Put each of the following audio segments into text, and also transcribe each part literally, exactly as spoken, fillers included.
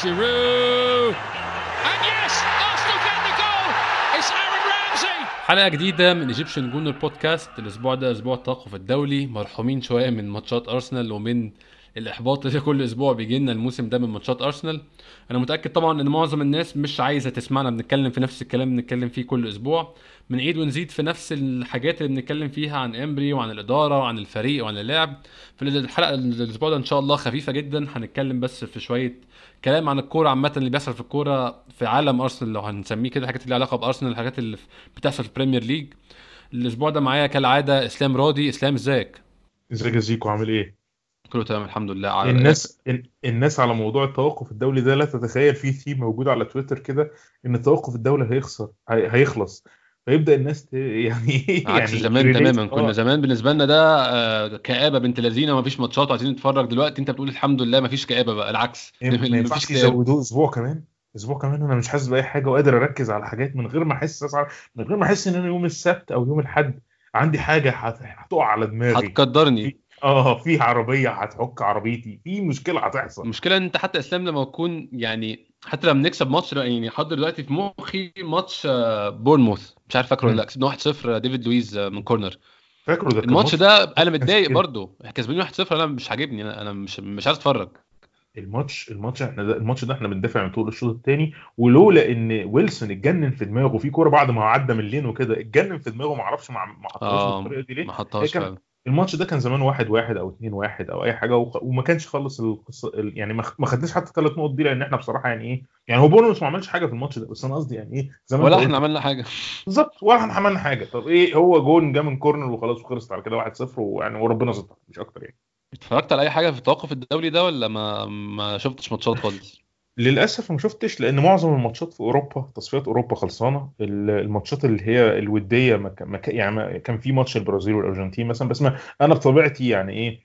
Giroud. And yes, Arsenal get the goal. It's Aaron Ramsey. حلقة جديدة من ايجيبشن جونر بودكاست. الاسبوع ده اسبوع التوقف الدولي، مرحومين شوية من ماتشات ارسنال ومن الاحباط اللي كل اسبوع بيجي لنا الموسم ده من ماتشات ارسنال. انا متاكد طبعا ان معظم الناس مش عايزه تسمعنا بنتكلم في نفس الكلام اللي بنتكلم فيه كل اسبوع، بنعيد ونزيد في نفس الحاجات اللي بنتكلم فيها عن امبري وعن الاداره وعن الفريق وعن اللعب. في الحلقه الاسبوع ده ان شاء الله خفيفه جدا، هنتكلم بس في شويه كلام عن الكوره عامه اللي بيحصل في الكوره في عالم ارسنال، لو هنسميه كده، حاجات اللي علاقه بارسنال، الحاجات اللي بتحصل في البريمير ليج. الاسبوع ده معايا كالعاده اسلام راضي. اسلام ازيك؟ ازيك يا زيكو، عامل ايه؟ كله تمام الحمد لله. على الناس ال- الناس على موضوع التوقف الدولي ده لا تتخيل، فيه ثيم موجود على تويتر كده ان التوقف الدولي هيخسر هي- هيخلص، فيبدأ الناس ت... يعني عكس يعني زمان يريليت. تماما. كنا اه زمان بالنسبه لنا ده آه، كآبه بنت لذينه ومفيش ماتشات وعايزين نتفرج. دلوقتي انت بتقول الحمد لله مفيش كآبه، بقى العكس ما مفيش ينفعش اكتئاب. يزودوه اسبوع كمان. اسبوع كمان انا مش حاسس باي حاجه وقادر اركز على حاجات من غير ما احس أسعر، من غير ما احس ان انا يوم السبت او يوم الاحد عندي حاجه هت- هتقع على دماغي. هتقدرني. في اه في عربيه هتحك عربيتي، في مشكله هتحصل. المشكله ان انت حتى اسلام لما تكون يعني حتى لما نكسب ماتش، يعني حاضر دلوقتي في مخي ماتش آه، بورنموث، مش عارف فاكره ولا لا، مم. كسبنا واحد صفر ديفيد لويز آه، من كورنر. فاكره ده كان الماتش ماتش. ده انا كان متضايق برضو، كسبانين واحد صفر، انا مش عاجبني، انا انا مش مش عايز اتفرج. الماتش الماتش احنا ده الماتش ده احنا بندافع من طول الشوط الثاني، ولولا ان ويلسون اتجنن في دماغه في كوره بعد ما عدى من لين وكده، اتجنن في دماغه، ما اعرفش ما ما حطهاش اه بالطريقه دي ليه. ما هي حطهاش كان فعلا. الماتش ده كان زمان واحد واحد او اتنين واحد او اي حاجه، وخ- وما كانش خلص القصه ال- يعني ما خ- ما خدناش حتى ثلاث نقط دي، لان احنا بصراحه يعني ايه، يعني هو بونوس ما عملش حاجه في الماتش ده، بس انا قصدي يعني ايه زي ما انت ولا احنا قلت. عملنا حاجه. بالظبط، ولا احنا عملنا حاجه. طب ايه، هو جون جه من كورنر وخلاص وخلصت على كده واحد صفر، ويعني وربنا ستر مش اكتر يعني. اتفرجت على اي حاجه في التوقف الدولي ده ولا ما ما شفتش ماتشات خالص؟ للاسف ما شفتش، لان معظم الماتشات في اوروبا، تصفيات اوروبا خلصانه. ال- الماتشات اللي هي الوديه ما كان ما كان- يعني ما كان في ماتش البرازيل والارجنتين مثلا، بس ما انا بطبيعتي يعني ايه.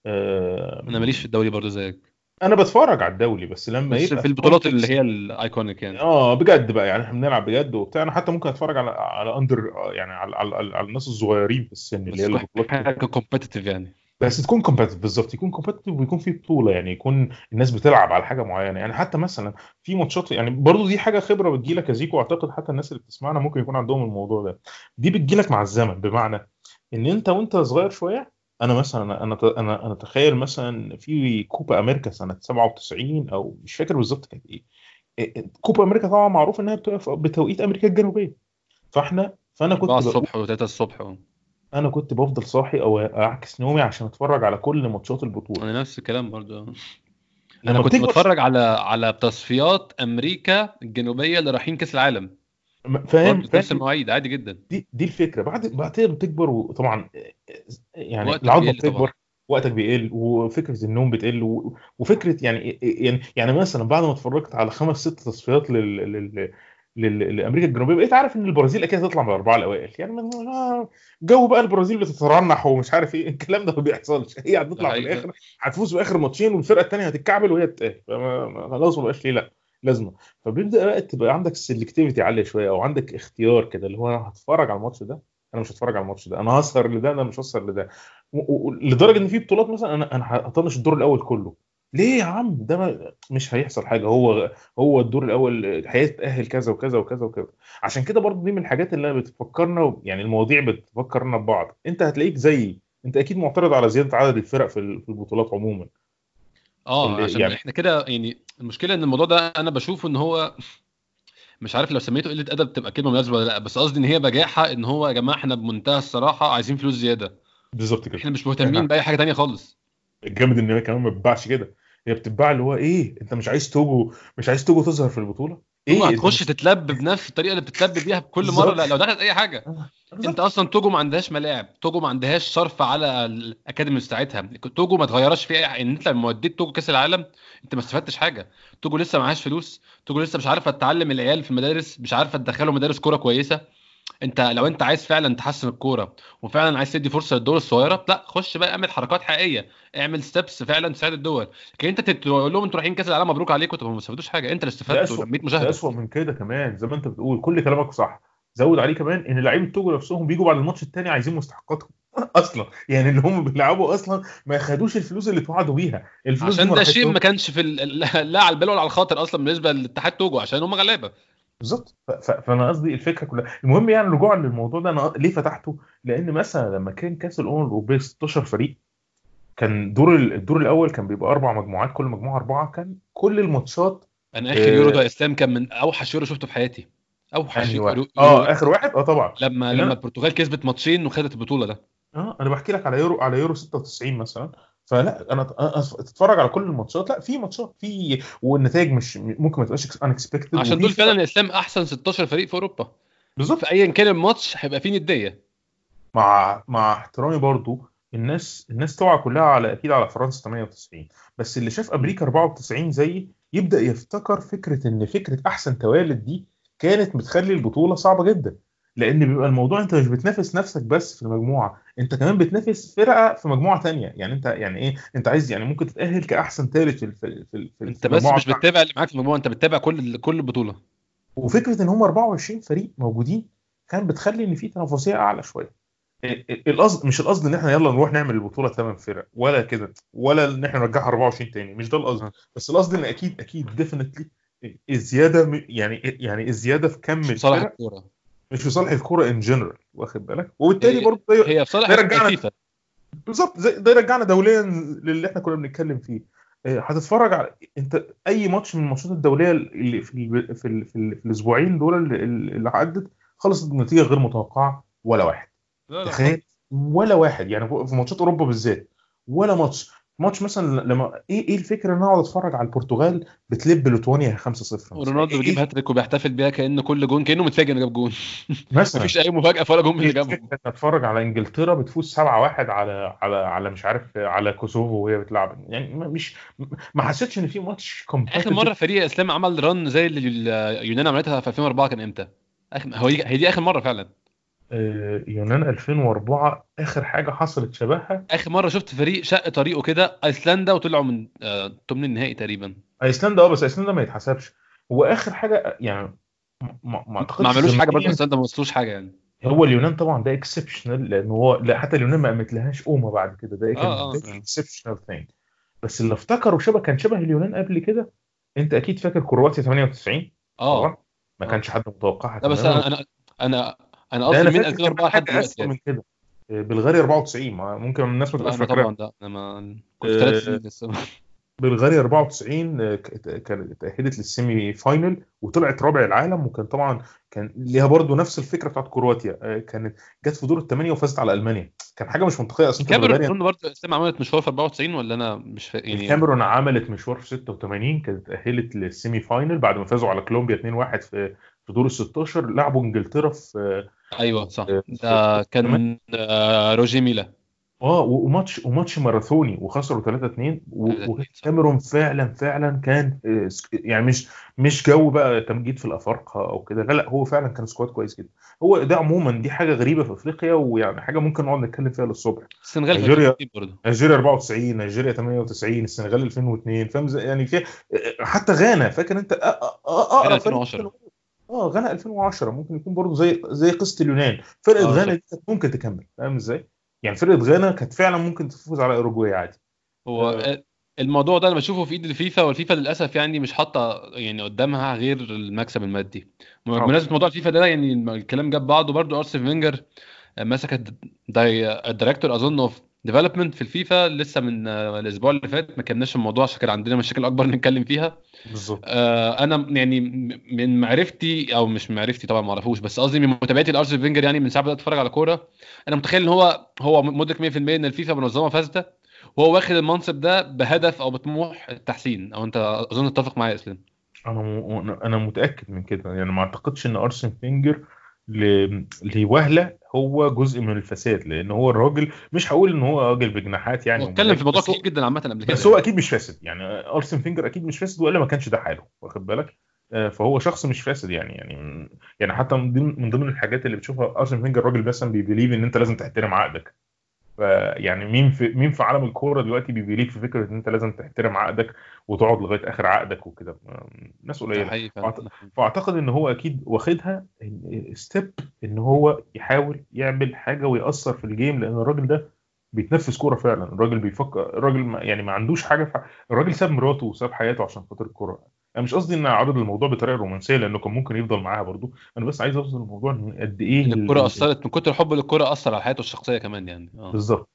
انا ماليش في آم، الدوري برضه زيك، انا بتفرج على الدولي بس لما بس يبقى في في البطولات اللي كونتكست. هي الايكونيك يعني. اه بجد بقى، يعني احنا بنلعب بجد وبتاع، انا حتى ممكن اتفرج على على اندر، يعني على على, على, على الناس الصغيرين في السن اللي بس هي تكون البطولات. حاجه كومبetitive يعني. بس تكون كومبetitive، بالظبط، يكون كومبetitive ويكون في بطوله، يعني يكون الناس بتلعب على حاجه معينه. يعني حتى مثلا في ماتشات، يعني برضو دي حاجه خبره بتجيلك يا زيكو، واعتقد حتى الناس اللي بتسمعنا ممكن يكون عندهم الموضوع ده. دي بتجيلك مع الزمن، بمعنى ان انت وانت صغير شويه. انا مثلا انا انا انا أنا اتخيل مثلا في كوبا امريكا سنه سبعة وتسعين او مش فاكر بالظبط كانت ايه. إيه- كوبا امريكا طبعا معروف انها بتقف بتوقيت امريكا الجنوبيه. فاحنا فانا أربعة كنت بقول، الصبح و3 الصبح و... انا كنت بفضل صاحي او اعكس نومي عشان اتفرج على كل ماتشات البطوله. انا نفس الكلام برضه. انا لما كنت بتكبر ش- بتفرج على على تصفيات امريكا الجنوبيه اللي رايحين كاس العالم، فاهم برضه في نفس فاهم. المواعيد عادي جدا. دي دي الفكره، بعد بعد كده بتكبر، وطبعا يعني وقتك العظمه بيقل طبعا. بتكبر، وقتك بيقل، وفكره النوم بتقل، و- وفكره يعني يعني يعني مثلا بعد ما اتفرجت على خمس ست تصفيات لل لل لل- لامريكا الجنوبيه، بقيت عارف ان البرازيل اكيد هتطلع من الاربعه الاوائل. يعني من- آه، جو بقى البرازيل بتترنح ومش عارف ايه الكلام ده، ما بيحصلش. هي ده هتطلع في حقيقة. الاخر، هتفوز باخر ماتشين، والفرقه الثانيه هتتكعبل وهي تتاهل، فما- ما- خلاص ما بقاش ليه لا لازمه. فبيبدا بقى تبقى عندك السلكتيفيتي عاليه شويه، او عندك اختيار كده، اللي هو انا هتفرج على الماتش ده، انا مش هتفرج على الماتش ده، انا هسهر لده، انا مش هسهر لده. و- و- لدرجه ان في بطولات مثلا انا انا هطنش الدور الاول كله. ليه يا عم؟ ده ما مش هيحصل حاجه، هو هو الدور الاول هيتاهل كذا وكذا وكذا وكذا. عشان كده برضه دي من الحاجات اللي بتفكرنا، يعني المواضيع بتفكرنا ببعض. انت هتلاقيك زيي، انت اكيد معترض على زياده عدد الفرق في ال- في البطولات عموما. اه اللي عشان يعني احنا كده يعني، المشكله ان الموضوع ده انا بشوفه ان هو مش عارف لو سميته قله ادب تبقى كلمه مناسبه ولا لا، بس قصدي ان هي بجاحه، ان هو يا جماعه احنا بمنتهى الصراحه عايزين فلوس زياده. بالظبط كده. احنا مش مهتمين احنا باي حاجه تانية خالص. الجامد ان هي كمان ما بتباعش كده. هي بتتباع اللي هو ايه، انت مش عايز توجو، مش عايز توجو تظهر في البطوله. توجو ايه انت هتخش مش تتلب بنفس الطريقه اللي بتتلب بيها بكل مره بالظبط. لا لو دخلت اي حاجه. آه، انت بالظبط. اصلا توجو ما عندهاش ملاعب، توجو ما عندهاش صرف على الاكاديمي بتاعتها، توجو ما تغيرش فيها اي حاجه. ان انت لما وديت توجو كاس العالم انت ما استفدتش حاجه. توجو لسه معهاش فلوس، توجو لسه مش عارفه تعلم العيال في المدارس، مش عارفه تدخلهم مدارس كوره كويسه. انت لو انت عايز فعلا تحسن الكوره وفعلا عايز تدي فرصه للدول الصغيره، لا خش بقى اعمل حركات حقيقيه، اعمل ستيبس فعلا تساعد الدول. لكن انت تقول لهم انتوا رايحين كاس العالم مبروك عليكم، طب ما استفدوش حاجه، انت اللي ده استفدت اسوء، ولميت ده مشاهده. اسوء من كده كمان، زي ما انت بتقول كل كلامك صح. زود عليه كمان ان لعيبه توجو نفسهم بيجوا بعد الماتش التاني عايزين مستحقاتهم. اصلا يعني اللي هم بيلعبوا اصلا ما خدوش الفلوس اللي توعدوا بيها. الفلوس دي عشان ما ده شيء راحتش. ما كانش في ال... لا على البال ولا على الخاطر اصلا بالنسبه للاتحاد توجو عشان هم غلابه. بالظبط. ف- ف- فانا قصدي الفكره كلها. المهم يعني رجوعا للموضوع ده انا ليه فتحته، لان مثلا لما كان كاس الامم الاوروبيه ستاشر فريق، كان دور ال- الدور الاول كان بيبقى اربع مجموعات، كل مجموعه اربعه، كان كل الماتشات. انا اخر يورو آه ده اسلام كان من اوحش يورو شفته في حياتي. اوحش انهي واحد؟ يورو, يورو اه اخر واحد، اه طبعا. لما ان لما انا البرتغال كسبت ماتشين وخدت البطوله ده. اه انا بحكي لك على يورو، على يورو ستة وتسعين مثلا. فلا انا أنا تتفرج على كل الماتشات، لا في ماتشات في، والنتائج مش ممكن ما تبقاش انكسبكتد، عشان وفي دول فعلا فرق. الاسلام احسن ستاشر فريق في اوروبا. بالظبط. فايا كان الماتش هيبقى فيه نديه. مع مع احترامي برضو، الناس الناس توعى كلها على اكيد على فرنسا ثمانية وتسعين، بس اللي شاف امريكا اربعة وتسعين زي يبدا يفتكر فكره ان فكره احسن توالد دي كانت بتخلي البطوله صعبه جدا، لان بيبقى الموضوع انت مش بتنافس نفسك بس في المجموعه، انت كمان بتنافس فرقه في مجموعه تانية. يعني انت يعني ايه، انت عايز يعني ممكن تتاهل كاحسن ثالث في في في في في انت بس المجموعه مش بتاعتك. بتتابع اللي معاك في المجموعه، انت بتتابع كل كل بطوله. وفكره ان هم اربعة وعشرين فريق موجودين كان بتخلي ان في تنافسيه اعلى شويه. القصد مش القصد ان احنا يلا نروح نعمل البطوله ثمان فرق ولا كده، ولا ان احنا نرجعها اربعة وعشرين تاني، مش ده القصد. أه. بس القصد ان اكيد اكيد ديفينتلي الزياده م- يعني يعني الزياده في كم مش في صالح الفرق الكوره. مش في صالح الكوره ان جنرال، واخد بالك؟ وبالتالي هي برضه ده هي في صالح ده يرجعنا الفيفا. بالظبط، زي- ده يرجعنا دوليا للي احنا كنا بنتكلم فيه. إيه، هتتفرج على انت اي ماتش من الماتشات الدوليه اللي في ال في ال في, ال في الاسبوعين دول اللي, اللي عدت، خلصت بنتيجه غير متوقعه ولا واحد. لا لا تخيل، خالص. ولا واحد يعني في ماتشات اوروبا بالذات، ولا ماتش. ماتش مثلا لما ايه ايه الفكره ان انا اقعد اتفرج على البرتغال بتلب ليتوانيا خمسة صفر مثلا، ورونالدو ايه بيجيب ايه هاتريك وبيحتفل بيها كأن كل جون كأنه متفاجئ انه جاب جون. مثلا مفيش اي مفاجأة ولا جون من ايه اللي الفكره جابهم. ان اتفرج على انجلترا بتفوز سبعة واحد على على على مش عارف على كوسوفو وهي بتلعب، يعني ما- مش ما حسيتش ان في ماتش اخر كومبتيتيف. مرة فريق اسلام عمل رن زي اللي اليونان عملتها في ألفين وأربعة كان امتى؟ اخر هو دي... هي دي اخر مرة فعلا. يونان الفين واربعة اخر حاجه حصلت شبهها. اخر مرة شفت فريق شق طريقه كده ايسلندا وطلعوا من آه، ثمن النهائي تقريبا. ايسلندا، اه بس ايسلندا ما يتحسبش. هو اخر حاجه يعني ما, ما ما اعتقدش عملوش حاجة برضه، زمنيا. ايسلندا ما وصلوش حاجة يعني. هو اليونان طبعا ده اكسبشنال، لان هو لا حتى اليونان ما قامت لهاش قومه بعد كده، ده اه كان اه فيري اكسبشنال ثينج. بس اللي افتكروا شبه كان شبه اليونان قبل كده، انت اكيد فاكر كرواتيا ثمانية وتسعين طبعا، اه ما اه. كانش حد متوقعها لا بس تماما. انا انا انا انا ده قصدي انا من فاكر كمان ألفين وأربعة لحد حاجه دلوقتي اسوء من يعني. كده، بلغاريا اربعة وتسعين، ما ممكن الناس ما لا تبقاش انا فاكراها. طبعا، لا انا ما كنت ثلاث سنين لسه. بلغاريا اربعة وتسعين آه، ك- كانت تأهلت للسيمي فاينل وطلعت رابع العالم، وكان طبعا كان ليها برضو نفس الفكره بتاعت كرواتيا، آه، كانت جت في دور الثمانيه وفازت على المانيا. كان حاجه مش منطقيه اصلا، انت بلغاريا. الكاميرون برضه اسلام عملت مشوار في أربعة وتسعين ولا انا مش فا... يعني. الكاميرون عملت مشوار في ستة وتمانين، كانت تأهلت للسيمي فاينل بعد ما فازوا على كولومبيا اتنين واحد في في دور ال ستاشر، لعبوا انجلترا في ايوه صح، في في, ده في كان آه، روجي ميلا. اه وماتش وماتش ماراثوني وخسروا ثلاثة اتنين. ثلاثة اتنين صح. والكاميرون فعلا فعلا كان آه، سك- يعني مش مش جو بقى تمجيد في الافارقه او كده، لا لا هو فعلا كان سكواد كويس جدا. هو ده عموما دي حاجه غريبه في افريقيا، ويعني حاجه ممكن نقعد نتكلم فيها للصبح. السنغال في نيجيريا ألفين واتنين برضه. نيجيريا اربعة وتسعين، نيجيريا ثمانية وتسعين، السنغال الفين واتنين، فاهم زي- يعني في حتى غانا، فاكر انت أ- أ- أ- غير اقرب فريق ممكن ألفين وعشرة. نقول- اه غانا الفين وعشرة ممكن يكون برضو زي زي قصه اليونان. فرقه اه غانا شوف. دي كانت ممكن تكمل، فاهم ازاي؟ يعني فرقه غانا كانت فعلا ممكن تفوز على اوروجواي عادي. هو آه، آه، الموضوع ده انا بشوفه في ايد الفيفا، والفيفا للاسف يعني مش حاطه يعني قدامها غير المكسب المادي. اه بمناسبه موضوع الفيفا ده يعني الكلام جاب بعضه برضه. ارسن فينجر مسكت الدايركتور اظن اوف ديفلوبمنت في الفيفا لسه من آه، الاسبوع اللي فات. ما كناش في الموضوع عشان كان عندنا مشاكل اكبر نتكلم فيها. بالظبط. آه، انا يعني م- من معرفتي او مش معرفتي طبعا ما اعرفوش، بس قصدي من متابعتي لارسن فينجر يعني من ساعه بدات اتفرج على كوره. انا متخيل ان هو هو مدرك مية في المية ان الفيفا منظمه فاسده، وهو واخد المنصب ده بهدف او بطموح التحسين. او انت اظن تتفق معايا يا اسلام؟ انا م... انا متاكد من كده، يعني ما اعتقدش ان ارسن فينجر ل... لوهله هو جزء من الفساد، لان هو الراجل مش هقول ان هو راجل بجناحات هو يعني اتكلم في وملاك، موضوع بس كتير هو جدا عامه قبل كده بس هو يعني. اكيد مش فاسد، يعني ارسن فينجر اكيد مش فاسد، والا ما كانش ده حاله، واخد بالك؟ آه، فهو شخص مش فاسد يعني يعني يعني حتى من ضمن من ضمن الحاجات اللي بتشوفها ارسن فينجر، راجل مثلا بيبليف ان انت لازم تحترم عقدك. يعني مين في مين في عالم الكوره دلوقتي بيبيليك في فكره ان انت لازم تحترم عقدك وتقعد لغايه اخر عقدك وكده؟ ناس ده قليله. حقيقي فعلا، فأعت- ده حقيقي. فاعتقد ان هو اكيد واخدها ستيب ان هو يحاول يعمل حاجه ويأثر في الجيم، لان الراجل ده بيتنفس كوره فعلا. الراجل بيفكر، الراجل ما يعني ما عندوش حاجه في... الراجل ساب مراته وساب حياته عشان خاطر الكوره. انا مش قصدي ان اعرض الموضوع بطريقه رومانسيه لانه كان ممكن يفضل معاها برضو، انا بس عايز اوصل الموضوع ان قد ايه ان ال... الكرة ال... ال... اثرت من كتر حب للكرة، اثر على حياته الشخصية كمان يعني. اه بالظبط.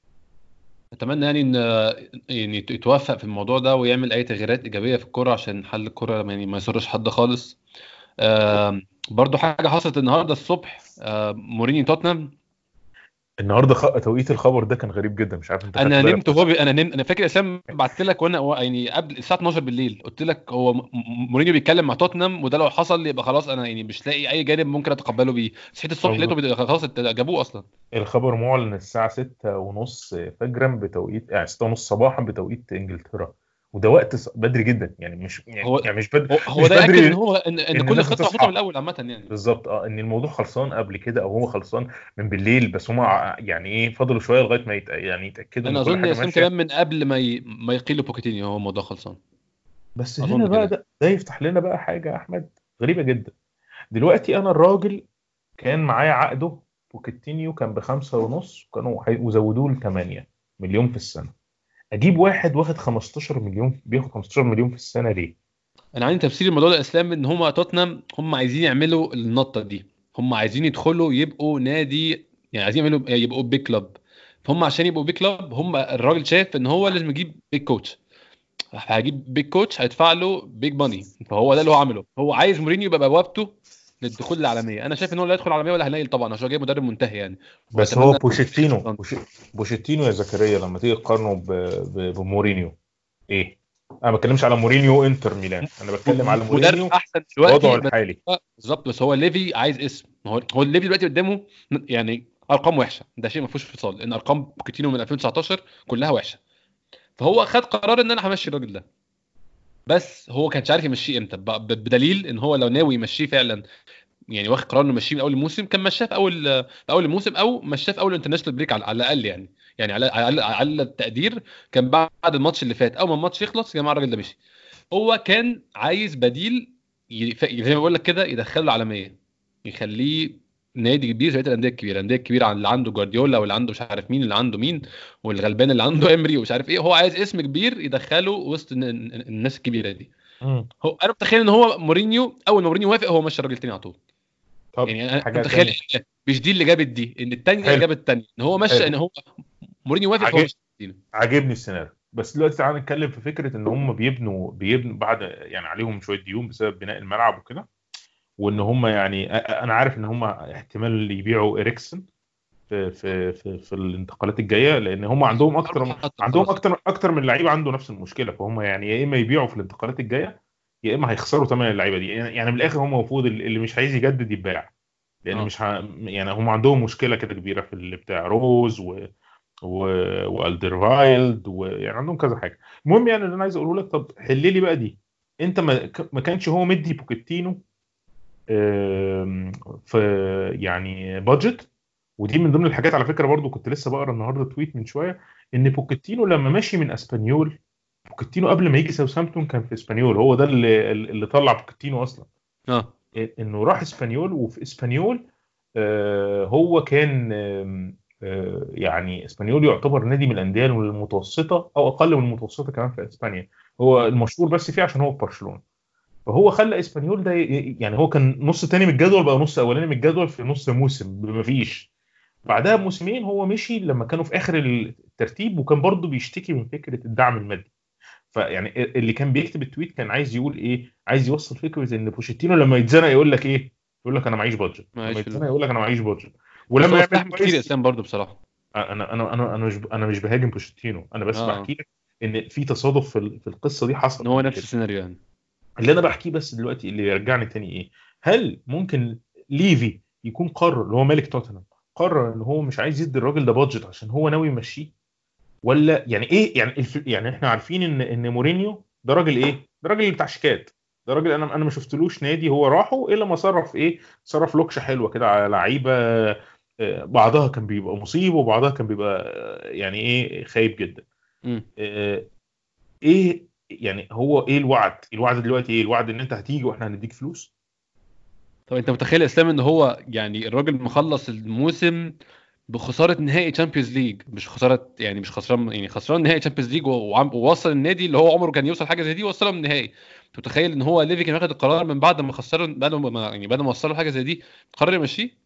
اتمنى يعني ان يعني يتوفق في الموضوع ده ويعمل اي تغييرات ايجابية في الكرة عشان حل الكرة يعني ما يسرش حد خالص. آم، برضو حاجة حصلت النهاردة الصبح، آم، مورينيو توتنهام. النهارده خ... توقيت الخبر ده كان غريب جدا، مش عارف انت خدت انا بالك نمت ولا وهو لا. بي... انا نمت، انا فاكر اسلام بعت لك وانا و- يعني قبل الساعه اتناشر بالليل قلت لك هو م- م- مورينيو بيتكلم مع توتنهام، وده لو حصل يبقى خلاص انا يعني مش لاقي اي جانب ممكن اتقبله بيه. صحيت الصبح لقيته بالظبط. بي... خلاص ات- جابوه اصلا. الخبر معلن الساعة ستة ونص فجرا بتوقيت، يعني ستة ونص صباحا بتوقيت انجلترا. وده وقت ص- بدري جدا، يعني مش يعني هو يعني مش بدري، هو هو مش ده ياكد ان بدري هو ان, إن ان كل الناس الخطه محطوطه من بتصحى. الاول عامه يعني. بالظبط اه، ان الموضوع خلصان قبل كده او هو خلصان من بالليل، بس هم ع- يعني ايه فضلوا شوية لغاية ما يت... يعني يتأكدوا ان انا كل اظن يا حاجة اسلام ماشية. كمان من قبل ما ي... ما يقيل بوكيتينيو هو الموضوع خلصان. بس هنا اظن بقى كده. ده, ده يفتح لنا بقى حاجة يا احمد غريبة جدا. دلوقتي انا الراجل كان معايا عقده، بوكيتينيو كان بخمسة ونص، كانوا هيزودوه لثمانية مليون في السنة. اجيب واحد واخد خمستاشر مليون، بياخد خمستاشر مليون في السنه ليه؟ انا عندي تفسير الموضوع ده يا اسلام، ان هم توتنهام هم عايزين يعملوا النطه دي. هم عايزين يدخلوا يبقوا نادي، يعني عايزين يعملوا يبقوا بيج كلوب. فهم عشان يبقوا بيج كلوب، هم الراجل شايف ان هو لازم يجيب بيج كوتش. هيجيب بيج كوتش هيدفع له بيج ماني، فهو ده اللي هو عمله. هو عايز مورينيو يبقى بوابته للدخول العالميه. انا شايف ان هو لا يدخل العالميه ولا هينيل طبعا عشان هو جاي مدرب منتهي يعني. بس هو واتمنى بوشيتينو بوش... بوشيتينو يا زكريا لما تيجي تقارنه ب... ب... بمورينيو ايه؟ انا ما بتكلمش على مورينيو انتر ميلان، انا بتكلم على مدرب مورينيو احسن وضعه دلوقتي بس. الحالي. بالظبط، بس هو ليفي عايز اسم. هو هو ليفي دلوقتي قدامه يعني ارقام وحشه، ده شيء ما فيهوش فصال، ان ارقام بوكيتينو من ألفين وتسعتاشر كلها وحشه. فهو خد قرار ان انا همشي الراجل ده، بس هو كانش عارف يمشيه امتى. ب- ب- بدليل ان هو لو ناوي يمشيه فعلا، يعني واخد قرار انه يمشيه من اول الموسم، كان مشاه في اول في اول الموسم، او مشاه في اول انترناشونال بريك على على الاقل يعني. يعني على على على التقدير كان بعد الماتش اللي فات، اول ما الماتش يخلص يا جماعه الراجل ده مشي. هو كان عايز بديل ي- ف- زي ما بقول لك كده، يدخله العالميه، يخليه نادي كبير زي الانديه الكبيره. الانديه الكبيره عن اللي عنده جوارديولا واللي عنده مش عارف مين اللي عنده مين، والغلبان اللي عنده امري ومش عارف ايه. هو عايز اسم كبير يدخله وسط الن- الن- الناس الكبيره دي. مم. هو انا متخيل ان هو مورينيو اول ما مورينيو وافق هو مشى الراجل تاني على طول. طب يعني انا حاجه متخيل تانية. إن مش دي اللي جابت دي، ان الثانيه اللي حلو. جابت الثانيه، ان هو مشى، حلو. ان هو مورينيو وافق فهو عجب... مشى مورينيو. عجبني السيناريو. بس دلوقتي تعالى نتكلم في فكره ان هم بيبنوا بيبنوا بعد يعني عليهم شويه ديون بسبب بناء الملعب وكده، وان هم يعني أ- أ- انا عارف ان هم احتمال يبيعوا اريكسن في في في في الانتقالات الجايه، لان هم عندهم اكتر من حتى عندهم خلاص. اكتر اكتر من لعيب عنده نفس المشكله، فهم يعني يا اما يبيعوا في الانتقالات الجايه يا اما هيخسروا ثمن اللعيبه دي. يعني يعني من الاخر هم المفروض اللي مش عايز يجدد يتباع، لان اه مش ه... يعني هم عندهم مشكله كده كبيره في اللي بتاع روز و و والدروايلد، ويعني عندهم كذا حاجه. المهم يعني اللي انا عايز اقوله لك، طب حل لي بقى دي. انت ما ما كانش هو مدي بوكيتينو آم، في يعني بادجت؟ ودي من ضمن الحاجات على فكره برضو، كنت لسه بقرا النهارده تويت من شويه ان بوكيتينو لما ماشي من اسبانيول، بوكيتينو قبل ما يجي ساوثهامبتون كان في اسبانيول، هو ده اللي اللي طلع بوكيتينو اصلا. اه انه راح اسبانيول، وفي اسبانيول آه، هو كان آم، آه، يعني اسبانيول يعتبر نادي من الانديه المتوسطه او اقل من المتوسطه كمان في اسبانيا. هو المشهور بس فيه عشان هو في برشلونه. فهو خلى اسبانيول ده ي- يعني هو كان نص تاني من الجدول بقى نص اولاني من الجدول في نص موسم مفيش. بعدها بموسمين هو مشي لما كانوا في اخر الترتيب، وكان برضه بيشتكي من فكره الدعم المادي. فيعني اللي كان بيكتب التويت كان عايز يقول ايه، عايز يوصل فكره ان بوشيتينو لما يتزنق يقول لك ايه، يقول لك انا معيش بادجت، لما معيش يتزنق فلوس. يقول لك انا معيش بادجت، بس ولما هو يعمل استحمل كتير يا كويس. اسلام برضه بصراحه. انا انا انا انا مش انا مش بهاجم بوشيتينو، انا بس اه بحكي لك ان في تصادف في ال- في القصه دي حصل ان هو قبل نفس كده. السيناريو يعني. اللي انا بحكيه بس دلوقتي اللي يرجعني تاني ايه، هل ممكن ليفي يكون قرر، اللي هو مالك توتنهام، قرر ان هو مش عايز يدي الراجل ده بادجت عشان هو ناوي يمشيه؟ ولا يعني ايه يعني الف... يعني احنا عارفين ان ان مورينيو ده راجل ايه، ده راجل بتاع شيكات، ده راجل انا انا ما شفتلوش نادي هو راحه الا ما صرف ايه، صرف لوكشه حلوه كده على لعيبه، آه، بعضها كان بيبقى مصيب وبعضها كان بيبقى آه، يعني ايه خايب جدا. مم. آه، ايه يعني هو ايه الوعد الوعد دلوقتي ايه الوعد ان انت هتيجي واحنا هنديك فلوس. طب انت متخيل يا اسلام ان هو يعني الراجل مخلص الموسم بخساره نهائي تشامبيونز ليج، مش خساره يعني مش خسران يعني خسران نهائي تشامبيونز ليج، وعم- ووصل النادي اللي هو عمره كان يوصل حاجه زي دي وصله من النهائي. انت متخيل ان هو ليفي كان واخد القرار من بعد ما خسروا، بعد ما يعني بعد ما وصلوا حاجه زي دي قرر يمشيه،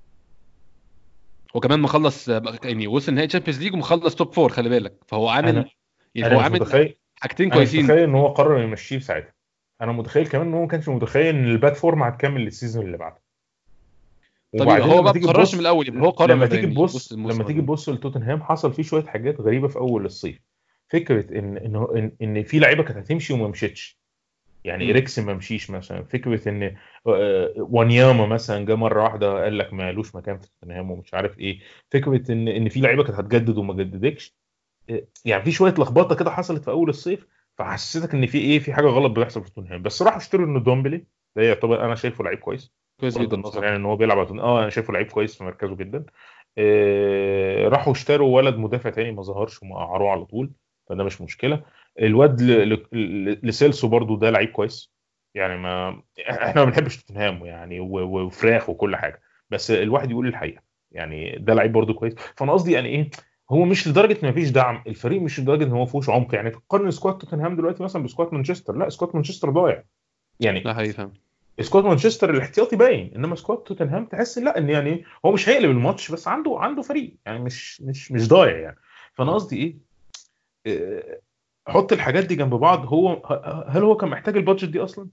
وكمان مخلص يعني وصل نهائي تشامبيونز ليج ومخلص توب فور، خلي بالك، فهو عامل انا يعني انا هو مش عامل متخيل حاجتين انا مش كويسين. متخيل ان هو قرر يمشيه ساعتها. انا متخيل كمان ان هو ما كانش متخيل ان الباد فورم هتكمل السيزون اللي بعده. طب يبقى وبعدين هو لما بقى ما تيجي قررش من تبص الاول، يبقى هو قرر لما ما تيجي يعني وسط تبص الموسم لما تيجي اظن. تبص لتوتنهام حصل فيه شويه حاجات غريبه في اول الصيف. فكره ان ان ان, إن في لعيبه كانت هتمشي وما مشيتش. يعني امم إريكسن ما مشيش مثلا. فكره ان آه، وانياما مثلا جه مره واحده قال لك ما لوش مكان في توتنهام ومش عارف ايه. فكره ان ان في لعيبه كانت هتجدد وما جددتش. آه، يعني في شويه لخبطه كده حصلت في اول الصيف. فحسيتك ان في ايه في حاجه غلط بتحصل في توتنهام. بس راح اشتروا انه دومبلي. ده يعتبر انا شايفه لعيب كويس. كويس بغض جدا النظر بصراحه. يعني ان هو بيلعب على توتنهام. اه انا شايفه لعيب كويس في مركزه جدا. آه، راحوا اشتروا ولد مدافع تاني ما ظهرش ومقعروه على طول. فده مش مشكله. الواد ل- ل- ل- لسيلسو برضو ده لعيب كويس. يعني ما احنا ما بنحبش توتنهام يعني و- و- وفراخ وكل حاجه. بس الواحد يقول الحقيقه. يعني ده لعيب برضو كويس. فانا قصدي يعني ايه هو مش لدرجه ما فيش دعم. الفريق مش لدرجه ان هو فيهوش عمق. يعني تقارن سكواد توتنهام دلوقتي مثلا بسكواد مانشستر. لا سكواد مانشستر ضايع. لا يعني حقيقي فاهم. سكواد مانشستر الاحتياطي باين. انما سكواد توتنهام تحس لا ان يعني هو مش هيقلب الماتش بس عنده عنده فريق يعني مش مش مش ضايع يعني. فانا قصدي ايه آه، حط الحاجات دي جنب بعض. هو ه- هل هو كان محتاج البادجت دي اصلا؟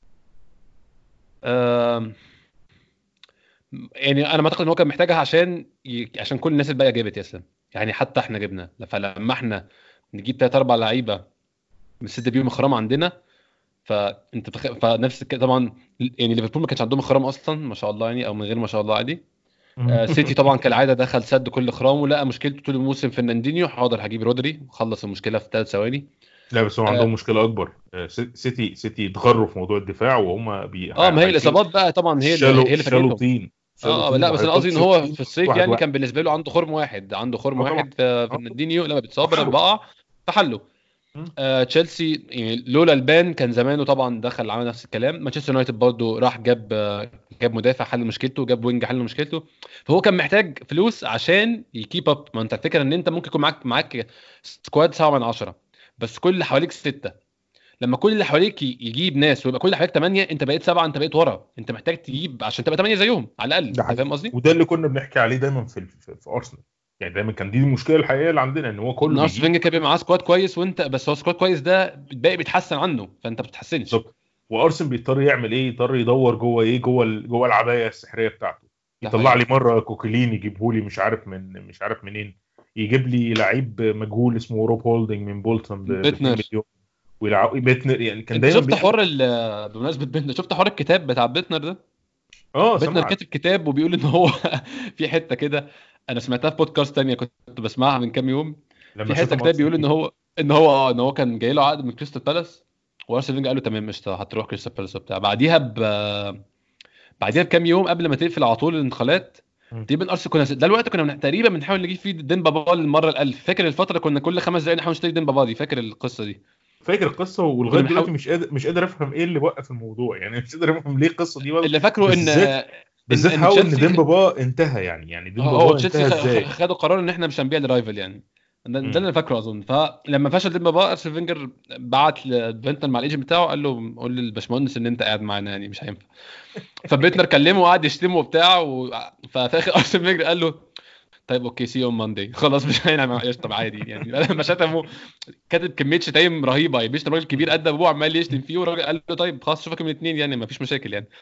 أم... يعني انا ما اعتقد ان هو كان محتاجها عشان ي... عشان كل الناس الباقيه جابت يا اسلام. يعني حتى احنا جبنا، فلما احنا نجيب ثلاث اربع لعيبه نسد بيهم الخرام عندنا، فانت بتخ... فنفس الك... طبعا يعني ليفربول ما كانش عندهم خرام اصلا ما شاء الله يعني، او من غير ما شاء الله عادي. آه سيتي طبعا كالعاده دخل سد كل خرام، ولقى مشكلته طول الموسم فرناندينيو، حاضر هجيب رودري وخلص المشكله في ثلاث ثواني. لا بس هو اه عندهم مشكله اكبر. آه، سي- سيتي سيتي اتغروا في موضوع الدفاع وهم بي... آه، ما هي عايزين. الاصابات بقى طبعا هي اللي هي شالوا اللي شالوا فاجئتهم. طين شالوا اه طين لا بس انا قصدي وهيحط ان شالوا هو طين في الصيف واحد يعني واحد. كان بالنسبه له عنده خرم واحد، عنده خرم اه طبعا. واحد في اه فرناندينيو لما بيتصاب لما وحلو. بقع فحله. مم. آه تشيلسي يعني لولا البان كان زمانه طبعا دخل عمل نفس الكلام. مانشستر يونايتد برضه راح جاب آه جاب مدافع حل مشكلته، جاب وينج حل مشكلته. فهو كان محتاج فلوس عشان يكيب اب. ما انت الفكره ان انت ممكن يكون معاك معاك سكواد سبعة من عشرة، بس كل اللي حواليك ستة. لما كل اللي حواليك ي- يجيب ناس ويبقى كل اللي حواليك ثمانية، انت بقيت سبعة، انت بقيت ورا، انت محتاج تجيب عشان تبقى ثمانية زيهم على الاقل. ده انت حقيقي. فاهم قصدي؟ وده اللي كنا بنحكي عليه دايما في في, في ارسنال. يعني دايما كان دي المشكله الحقيقيه اللي عندنا ان هو كله ان ارسنال بيجيب. فينجر كان بيبقى معاه سكواد كويس، وانت بس هو سكواد كويس ده الباقي بيتحسن عنه فانت ما بتتحسنش. بالظبط. وارسنال بيضطر يعمل ايه يضطر يدور جوه ايه جوه ال- جوه العبايه السحريه بتاعته. ده يطلع لي حقيقي. مره كوكلين يجيبه لي مش عارف من مش عارف منين. يجيب لي لعيب مجهول اسمه روب هولدنج من بولتون ب اتنين بيتنر. مليون. ويلعب بيتنر يعني كان انت دايما شفت بيعمل. حوار ال- بمناسبه بيتنر، شفت حوار الكتاب بتاع بيتنر ده؟ اه بيتنر سمعت. كاتب كتاب وبيقول ان هو في حته كده، انا سمعتها في بودكاست تانية كنت بسمعها من كام يوم. لما في حته شتم كتاب ارسنال بيقول ان فيه. هو ان هو اه ان هو كان جاي له عقد من كريستال بالاس، وارسنال فينجر قال له تمام مش هتروح كريستال بالاس وبتاع. بعديها ب بعديها بكام يوم قبل ما تقفل على طول الانتقالات، مم. تقريبا ارسنال كنا ده الوقت كنا من- تقريبا بنحاول نجيب فيه دين بابا للمره الالف. فاكر الفتره كنا كل خمس دقايق نحاول نشتري دين بابا دي؟ فاكر القصه دي؟ فاكر القصه ولغايه كنا دلوقتي بنحاول. مش قادر مش قادر افهم ايه اللي وقف الموضوع. يعني مش قادر افهم ليه القصه دي ولا. اللي فاكره ان بالذات ان بالذات ان هاو ان تشيلسي، ديمبابا انتهى. يعني يعني هو ديمبابا تشيلسي انتهى خ- خ- ازاي. خدوا قرار ان احنا مش هنبيع لرايفل يعني. ده ده اللي مم. انا فاكره اظن. فلما فشل دين بابا ارسنال فينجر بعت لبنتر مع الايجنت بتاعه، قال له قول للباشمهندس ان انت قاعد معانا يعني مش هينفع. فبيتنر كلمه وقعد يشتمه وبتاع و... ففي اخر ارسنال فينجر قال له طيب اوكي سي اون ماندي خلاص مش هينفع معلش طب عادي يعني. لما شتمه كاتب كميه شتايم رهيبه يعني، بيشتم راجل كبير قد ابوه عمال يشتم فيه، والراجل قال له طيب خلاص شوفك من الاثنين يعني ما فيش مشاكل يعني.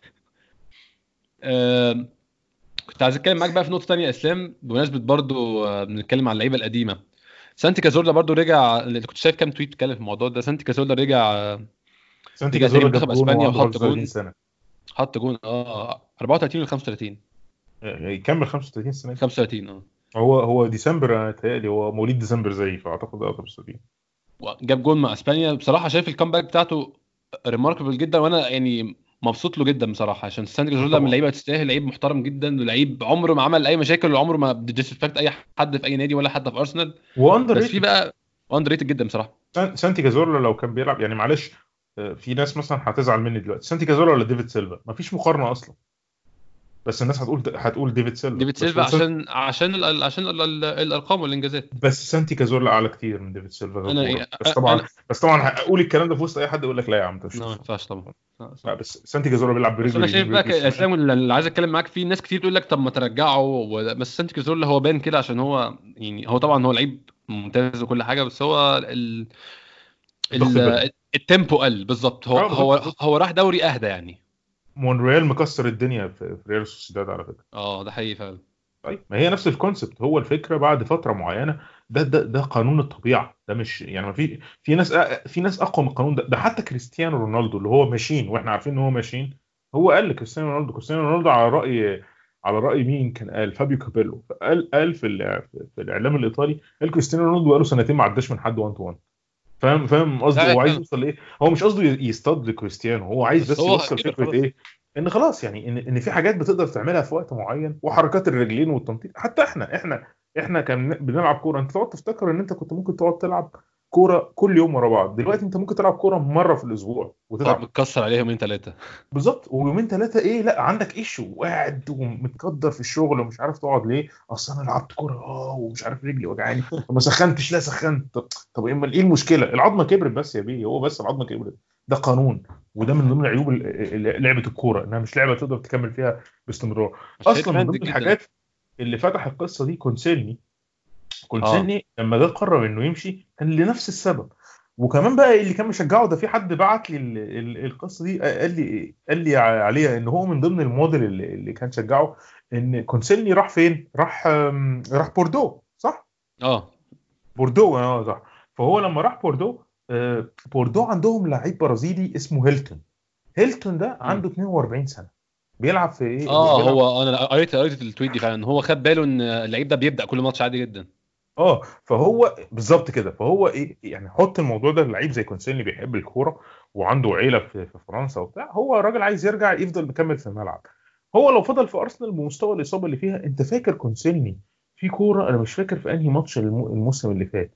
آه... كنت عايز اتكلم معاك بقى في نقطه تانية يا اسلام بمناسبه برضو آه، بنتكلم عن اللعيبه القديمه. سانتي كازورلا برضو رجع، اللي كنت شايف كام تويت بيتكلم في الموضوع ده. سانتي كازورلا رجع آه، سانتي رجع تاني كازورا جاب منتخب جون اسبانيا وعنده وحط خمسة وثلاثين جون. سنه. حط جون اه اربعة وتلاتين ولا خمسة وتلاتين؟ يكمل خمسة وثلاثين سنه دي. خمسة وتلاتين اه. هو هو ديسمبر انا متهيألي هو مواليد ديسمبر زيي فاعتقد اقدر سنين. جاب جون مع اسبانيا. بصراحه شايف الكامباك بتاعته ريماركبل جدا، وانا يعني مبسوط له جدا بصراحه، عشان سانتي كازورلا من اللعيبه تستاهل، لعيب محترم جدا، ولعيب عمره ما عمل اي مشاكل، وعمره ما ديسريسبكت اي حد في اي نادي ولا حتى في ارسنال. واندر بس في ريتد. بقى اندر ريتد جدا بصراحه. سانتي كازورلا لو كان بيلعب يعني معلش، آه، في ناس مثلا هتزعل مني دلوقتي، سانتي كازورلا ولا ديفيد سيلفا؟ مفيش مقارنه اصلا. بس الناس هتقول هتقول ديفيد سيلفا. ديفيد بس سيلفا هو سانتي عشان عشان ال عشان ال ال الارقام والانجازات. بس سانتي كازورلا اعلى كتير من ديفيد سيلفا انا ككوره. إيه، بس طبعا انا بس طبعا هقول الكلام ده في وسط اي حد يقول لك لا يا عم ده مش لا ما صح. ينفعش طبعا. لا، لا صح. بس سانتي كازورلا بيلعب بس برجله انا شايف اليمين بقى برجله الشمال. كاسلام اللي عايز اتكلم معاك فيه، ناس كتير تقول لك طب ما ترجعه و- بس سانتي كازورلا هو بان كده عشان هو يعني هو طبعا هو لعيب ممتاز وكل حاجه، بس هو ال الضغط البدني. ال التيمبو قل بالظبط. هو اه بالظبط هو بالظبط. هو راح دوري اهدى يعني. مونريال مكسر الدنيا في في ريال سوسيداد على فكره. اه ده حقيقي فعلا. طيب ما هي نفس الكونسبت، هو الفكره بعد فتره معينه. ده ده ده قانون الطبيعه، ده مش يعني ما في في ناس أ- في ناس اقوى من القانون ده. ده حتى كريستيانو رونالدو اللي هو ماشين واحنا عارفين ان هو ماشين. هو قال لكريستيانو رونالدو كريستيانو رونالدو على راي على راي مين كان قال؟ فابيو كابيلو. قال قال في الإع- في الاعلام الايطالي، قال كريستيانو رونالدو بقاله سنتين ما عداش من حد واحد تو واحد. فاهم فاهم قصدي؟ ده هو عايز فعلا. يوصل لايه؟ هو مش قصده يصطاد كريستيانو، هو عايز بس بس هو يوصل كبر فكره خلاص. ايه؟ ان خلاص يعني ان ان في حاجات بتقدر تعملها في وقت معين، وحركات الرجلين والتنطيط. حتى احنا احنا احنا كان بنلعب كوره، انت تقعد تفتكر ان انت كنت ممكن تقعد تلعب كوره كل يوم ورا بعض. دلوقتي انت ممكن تلعب كوره مره في الاسبوع تقعد وتتعب. متكسر عليهم يومين ثلاثه. بالظبط. ويومين ثلاثه ايه، لا عندك ايشو وقاعد ومتقدر في الشغل ومش عارف تقعد ليه. اصل انا لعبت كوره اه ومش عارف رجلي وجعاني. طب ما سخنتش؟ لا سخنت. طب طب ايه ايه المشكله؟ العظمه كبرت بس يا بيه، هو بس العظمه كبرت. ده قانون. وده من ضمن عيوب ال- ال- لعبه الكوره، انها مش لعبه تقدر تكمل فيها باستمرار. عشان اصلا من ترند ضمن جدا. الحاجات اللي فتح القصه دي كونسيلني. اه كونسيلني لما جه قرر انه يمشي كان لنفس السبب. وكمان بقى اللي كان مشجعه ده، في حد بعت لي ال- ال- القصه دي قال لي قال لي عليها ان هو من ضمن الموديل اللي, اللي كان شجعه. ان كونسيلني راح فين؟ راح آم، راح بوردو صح؟ اه بوردو اه صح. فهو لما راح بوردو، آه، بوردو عندهم لعيب برازيلي اسمه هيلتون. هيلتون ده عنده اتنين واربعين سنه. بيلعب في ايه؟ هو اه بيلعب. هو انا قريت قريت التويت دي فعلا، هو خد باله ان اللعيب ده بيبدا كل ماتش عادي جدا. اه فهو بالظبط كده. فهو ايه يعني، حط الموضوع ده لعيب زي كونسيلي بيحب الكوره وعنده عيله في في فرنسا وبتاع. هو راجل عايز يرجع يفضل مكمل في الملعب. هو لو فضل في ارسنال بمستوى الاصابه اللي فيها، انت فاكر كونسيلي في كوره؟ انا مش فاكر في انهي ماتش الم- الموسم اللي فات.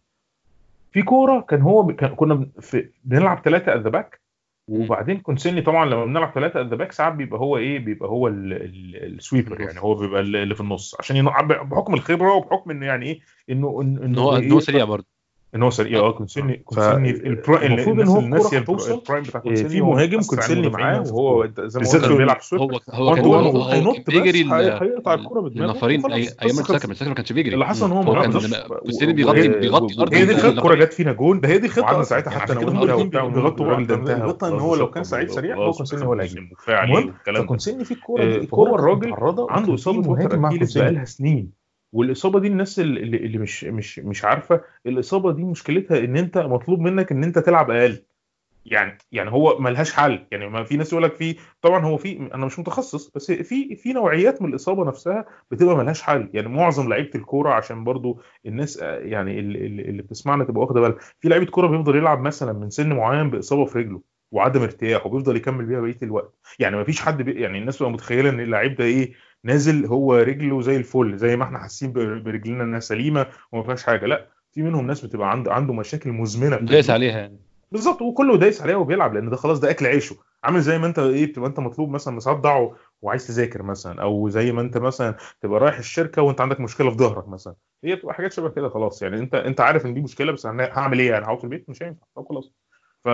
في كوره كان هو ب- كان كنا بن- في بنلعب ثلاثه ات ذا باك. مم. وبعدين كونسيلي طبعا لما بنلعب ثلاثه ات ذا باك ساعات بيبقى هو ايه، بيبقى هو ال- ال- في السويبر يعني. النص. هو بيبقى ال- اللي في النص عشان ينق- بحكم الخبره وبحكم انه يعني ايه، انه إن- ان انه هو ان هو ايه، سريع برضه. ان هو سريع. اه اه كونسيلني كونسيلني في البرو... فالمفروض ان الناس هو اللي الكوره ناسيه البر- هتوصل. البرايم بتاع آه، كونسيلني، في هو من مهاجم اسرع كونسيلني المدافعين معاه اللي في وهو الكوره. زي ما بالذات قلنا لما كان بيلعب سويبر. هو هو وان كان تو وان هو هو كان وهينط بس بيجري هي... ال- هيقطع الكوره بدماغه المنافرين أي- وخلاص ايام قصه مرتكب خلصت. مرتكب ما كانش بيجري. اللي حصل مم. ان هو فهو اه كان بالظبط. كوستيني و- بيغطي و- بيغطي ارض هي دي الخطه. الكوره النافرين. جت فينا جون، ده هي دي الخطه وقعدنا اصلا ساعتها يعني، حتى عشان انا كده وانت هم الاثنين وبتاع ونقول بيغطوا الراجل بعض. ده انتهى الخطه ان وخلاص، هو ده لو شكرا كان سعيد باي باي سريع هو وخلاص كونسيلني هو اللي ومش هيجيب. كفايه عليه المهم والكلام ده. فكونسيلني في الكوره دي، آه، الكوره فهو كانت الراجل متعرضه عنده وكان في اصابه وتر مهاجم مع اكيليس كونسيلني. بقالها سنين. والاصابه دي الناس اللي, اللي مش مش مش عارفه، الاصابه دي مشكلتها ان انت مطلوب منك ان انت تلعب اقل. يعني يعني هو ملهاش حل يعني. ما في ناس يقول لك في، طبعا هو في، انا مش متخصص بس في في نوعيات من الاصابه نفسها بتبقى ملهاش حل. يعني معظم لعيبه الكوره عشان برضو الناس آه، يعني اللي, اللي بتسمعنا تبقى واخده بالها، في لعيبه كوره بيفضل يلعب مثلا من سن معين باصابه في رجله وعدم ارتياح وبيفضل يكمل بيها بقيه الوقت. يعني ما فيش حد بي يعني الناس بتبقى متخيله ان اللعيب ده ايه، نازل هو رجله زي الفل زي ما احنا حاسين ب- برجلنا انها سليمه وما فيهاش حاجه. لا، في منهم ناس بتبقى عنده عنده مشاكل مزمنه في دايس رجله. عليها يعني. بالظبط. وكله دايس عليها وبيلعب لان ده خلاص ده اكل عيشه. عامل زي ما انت ايه، بتبقى انت مطلوب مثلا مصدع و- وعايز تذاكر مثلا، او زي ما انت مثلا تبقى رايح الشركه وانت عندك مشكله في ظهرك مثلا. هي بتبقى حاجات شبه كده خلاص يعني. انت انت عارف ان دي مشكله بس هن- هعمل ايه يعني؟ هقعد في البيت؟ مش هينفع. طب خلاص. ف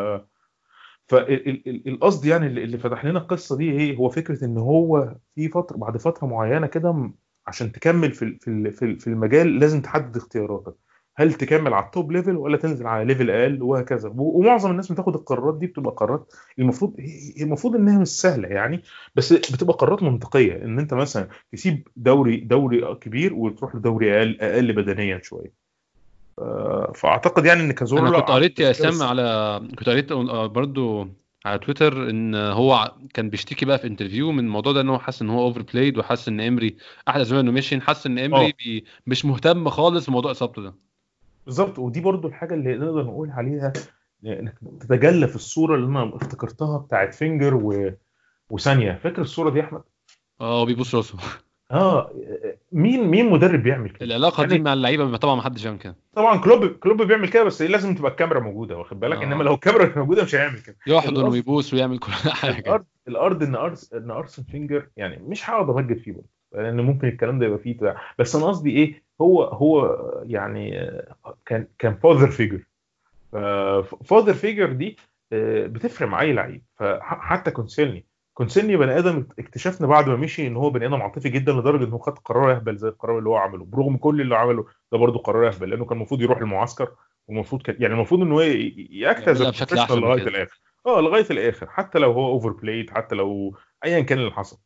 فالقصد يعني اللي اللي فتح لنا القصه دي ايه، هو فكره ان هو في فتره بعد فتره معينه كده م- عشان تكمل في ال- في ال- في ال- في المجال لازم تحدد اختياراتك. هل تكمل على التوب ليفل ولا تنزل على ليفل اقل وهكذا. و- ومعظم الناس بتاخد القرارات دي بتبقى قرارات المفروض هي- المفروض انها مش سهله يعني. بس بتبقى قرارات منطقيه، ان انت مثلا تسيب دوري دوري كبير وتروح لدوري اقل اقل بدنيا شويه. فاعتقد يعني ان انا كازورلا كنت عنده قريت يا كده اسلام بس. على كنت قريت آه، برضو على تويتر ان هو ع- كان بيشتكي بقى في انترفيو من الموضوع ده، ان هو حاسس ان هو اوفر بلايد، وحاسس ان امري احد اسباب انه مشي، حاسس ان امري اه بي مش مهتم خالص بموضوع اصابته ده. بالظبط. ودي برضو الحاجه اللي نقدر نقول عليها انك تتجلى في الصوره اللي انا افتكرتها بتاعت فينجر و... وثانيه فاكر الصوره دي يا احمد؟ اه بيبص راسه. اه مين مين مدرب بيعمل كده العلاقه دي يعني؟ مع اللعيبه طبعا ما حدش يعمل كده. طبعا كلوب كلوب بيعمل كده، بس لازم تبقى الكاميرا موجوده، واخد بالك؟ انما اه لو الكاميرا مش موجوده مش هيعمل كده. يحضن القصد ويبوس ويعمل كل حاجه. الارض الارض ان ارس ان ارسن فينجر، يعني مش هقعد امجد فيه برضه لان ممكن الكلام ده يبقى فيه بتاع، بس انا قصدي ايه، هو هو يعني آه، كان كان فاذر فيجر. فاذر فيجر دي آه، بتفرق مع اي لعيب. فحتى كونسيلني كونسيلني بني ادم اكتشفنا بعد ما مشي ان هو بني ادم عاطفي جدا لدرجه ان هو خد قرار يهبل زي القرار اللي هو عمله، برغم كل اللي عمله ده برضه قرار يهبل، لانه كان المفروض يروح المعسكر، والمفروض كان يعني المفروض ان هو ياكت از يعملها بشكل بروفيشنال احسن من لغايه كده. الاخر. اه لغايه الاخر، حتى لو هو اوفر بلايد، حتى لو ايا كان اللي حصل.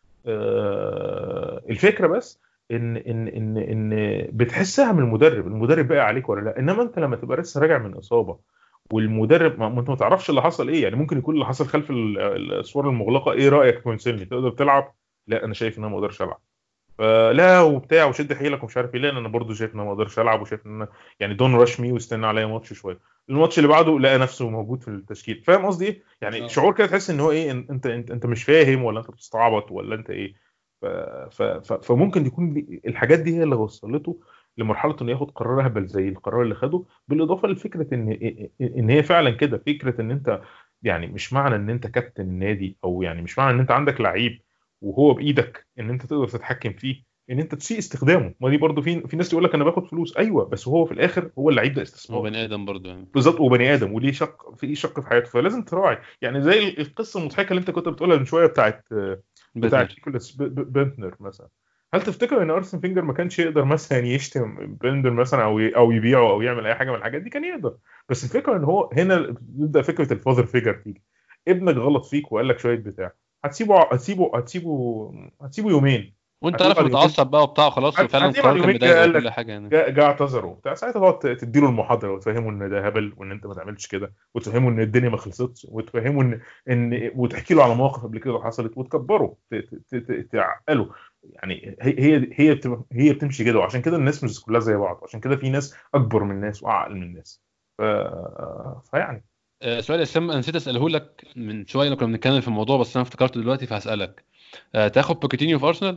آه الفكره بس ان ان ان ان بتحسها من المدرب، المدرب بقى عليك ولا لا. انما انت لما تبقى لسه راجع من اصابه والمدرب ما ما انت ما تعرفش اللي حصل ايه، يعني ممكن يكون اللي حصل خلف ال- الاسوار المغلقه. ايه رايك كونسيلني تقدر تلعب؟ لا انا شايف ان انا ما اقدرش العب. فلا وبتاع وشد حيلك ومش عارف ايه، لا انا برضو شايف ان انا ما اقدرش العب، وشايف ان انا يعني دون رش مي واستنى عليا ماتش شويه. الماتش اللي بعده لقى نفسه موجود في التشكيل. فاهم قصدي ايه؟ يعني اه شعور كده تحس ان هو ايه، إن- انت انت انت مش فاهم، ولا انت بتستعبط، ولا انت ايه. ف ف ف فممكن يكون دي- الحاجات دي هي اللي وصلته لمرحله انه ياخد قرار اهبل زي القرار اللي خده. بالاضافه لفكره ان ان هي فعلا كده فكره ان انت، يعني مش معنى ان انت كابتن النادي، او يعني مش معنى ان انت عندك لعيب وهو بايدك ان انت تقدر تتحكم فيه ان انت تسيء استخدامه. ما دي برضو في في ناس تقول لك انا باخد فلوس، ايوه، بس هو في الاخر هو اللعيب ده هو استثمار. بني ادم برضه يعني. بالظبط، وبني ادم وليه شق، في شق في حياته، فلازم تراعي. يعني زي القصه المضحكه اللي انت كنت بتقولها من شويه بتاعت بتاعت بيتنر. نيكولاس ب- ب- بنتنر مثلا. هل تفتكر ان ارسن فينجر ما كانش يقدر مثلا يشتم بندر مثلا، او ي- او يبيعه، او يعمل اي حاجه من الحاجات دي؟ كان يقدر. بس الفكره ان هو هنا بتبدا فكره الفاذر فيجر تيجي. ابنك غلط فيك وقال لك شويه بتاع، هتسيبه هتسيبه هتسيبه هتسيبه يومين؟ وانت هتلاقيه عارف بعد يومين متعصب بقى وبتاع خلاص، هت- وفعلا هتلاقيه بعد القرار كان يومين جه مضايقه قال وكل لك، حاجه يعني. جه جه اعتذر وبتاع. ساعتها تقعد تديله المحاضره وتفهمه ان ده هبل، وان انت ما تعملش كده، وتفهمه ان الدنيا ما خلصتش، وتفهمه ان ان وتحكي له على مواقف قبل كده حصلت وتكبره، ت- ت- ت- تعقله. يعني هي هي هي بتبقى- هي بتمشي كده. وعشان كده الناس مش كلها زي بعض، عشان كده في ناس اكبر من الناس واعقل من الناس. ف... فيعني آه، سؤال يا اسلام انا نسيت اساله لك من شويه لما كنا بنتكلم في الموضوع، بس انا افتكرته دلوقتي فهسالك. آه، تاخد بوكيتينيو في ارسنال؟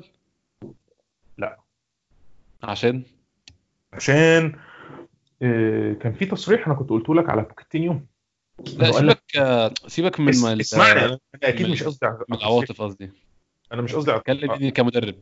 لا. عشان عشان آه، كان في تصريح انا كنت قلته لك على بوكيتينيو، لا انه قال لك، سيبك، آه، سيبك من اس... ال- اسمعني، انا أنا من اكيد مش ال- قصدي على من على التصريح. العواطف قصدي. انا مش قصدي على اتكلم يعني كمدرب.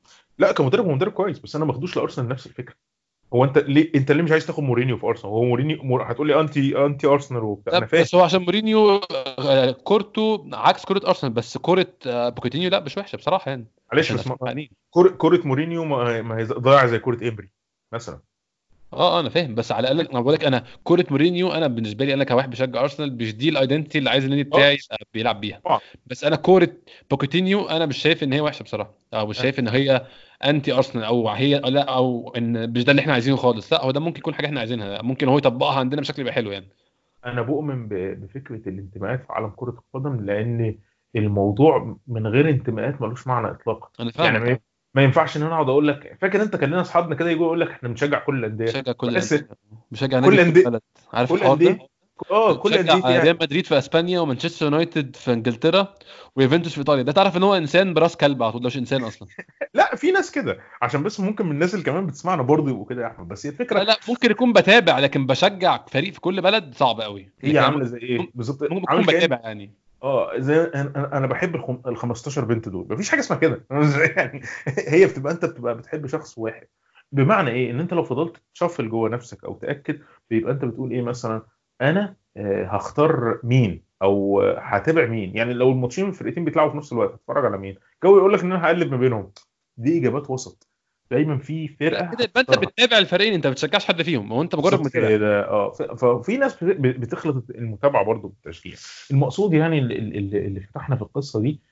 لا كمدرب هو مدرب كويس، بس انا ما باخدوش لارسنال نفس الفكره. هو انت ليه انت ليه مش عايز تاخد مورينيو في ارسنال؟ هو مورينيو مور... هتقول لي انتي انتي ارسنال وبتاع، انا لا فاهم. بس هو عشان مورينيو آه، كورته عكس كوره ارسنال، بس كوره آه، بوكيتينيو لا مش وحشه بصراحه يعني. معلش عشان بس عشان ما... يعني. كوره كوره مورينيو ما ما هي ضايعه زي كوره ايمري مثلا. اه اه انا فاهم، بس على الاقل انا بقول لك انا كوره مورينيو انا بالنسبه لي انا كواحد بشجع ارسنال مش دي الايدنتي اللي عايز النادي اه بتاعي يبقى بيلعب بيها. طبعا. بس انا كوره بوكيتينيو انا مش شايف ان هي وحشه بصراحه، او مش شايف ان هي انتي ارسنال، او هي لا، او ان مش ده اللي احنا عايزينه خالص. لا هو ده ممكن يكون حاجه احنا عايزينها، ممكن هو يطبقها عندنا بشكل يبقى حلو يعني. انا بؤمن ب... بفكره الانتماءات في عالم كره القدم، لان الموضوع من غير انتماءات ملوش معنى اطلاقا. انا يعني فاهمك ما, اه. ما ينفعش ان انا اقعد اقول لك، فاكر انت كان لنا اصحابنا كده يجوا يقول لك احنا بنشجع كل الانديه. بشجع كل بحس الانديه، بشجع نادي كل في كل انديه بلد. عارف كل الحوار ده؟ انديه اه كل بشجع انديتي ريال يعني. مدريد في اسبانيا ومانشستر يونايتد في انجلترا ويوفنتوس في ايطاليا. ده تعرف ان هو انسان براس كلب على طول، ده مش انسان اصلا. لا في ناس كده، عشان بس ممكن من الناس اللي كمان بتسمعنا برضه يبقوا كده يا احمد، بس هي لا الفكره لا ممكن يكون بتابع، لكن بشجع فريق في كل بلد صعب قوي، هي لكن انا عامله زي ايه ممكن بالظبط، ممكن عامل اكون كأن بتابع يعني. اه زي انا انا بحب الخم... ال خمستاشر بنت دول، مفيش حاجه اسمها كده يعني. هي بتبقى انت بتبقى بتحب شخص واحد. بمعنى ايه؟ ان انت لو فضلت تشفل جوه نفسك او تاكد، بيبقى انت بتقول ايه مثلا، انا آه، هختار مين، او آه، هتابع مين. يعني لو الماتشين الفرقتين بيتلعبوا في نفس الوقت هتتفرج على مين؟ جو يقول لك ان انا هقلب ما بينهم. دي اجابات وسط. دايما في لا فرقه كده يبقى انت هتختار. بتتابع الفريقين، انت ما بتشجعش حد فيهم، هو انت مجرد بالظبط متابع. كده اه. ف- ففي ناس بت- بتخلط المتابعه برضو بالتشجيع. المقصود يعني اللي, اللي اللي فتحنا في القصه دي،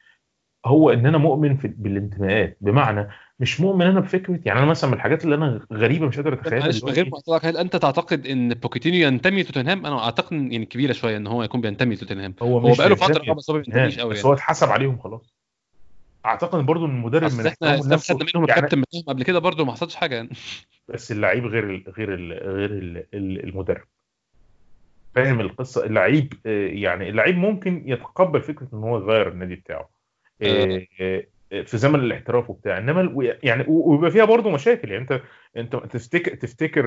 هو ان انا مؤمن في بالانتماءات. بمعنى مش مؤمن انا بفكره، يعني انا مثلا من الحاجات اللي انا غريبه مش قادر طب اتخيلها معلش من غير دلوقتي. ما اقطعك، هل انت تعتقد ان بوكيتينيو ينتمي لتوتنهام؟ انا اعتقد إن- يعني كبيره شويه ان هو يكون بينتمي لتوتنهام. هو هو مش بقاله فتره اه بينتمي بس هو ما بينتميش لتوتنهام، قوي بس يعني. هو اتحسب عليهم خلاص. اعتقد برضو ان المدرب من اصل احنا احترامه اسلام لنفسه خدنا منهم يعني. الكابتن بتاعهم قبل كده برضه ما حصلش حاجه يعني. بس اللعيب غير ال غير ال غير ال المدرب. فاهم القصه؟ اللعيب آه، يعني اللعيب ممكن يتقبل فكره ان هو يغير النادي بتاعه، آه. في زمن الاحتراف وبتاع. انما يعني ويبقى فيها برضو مشاكل. يعني انت انت تفتكر تفتكر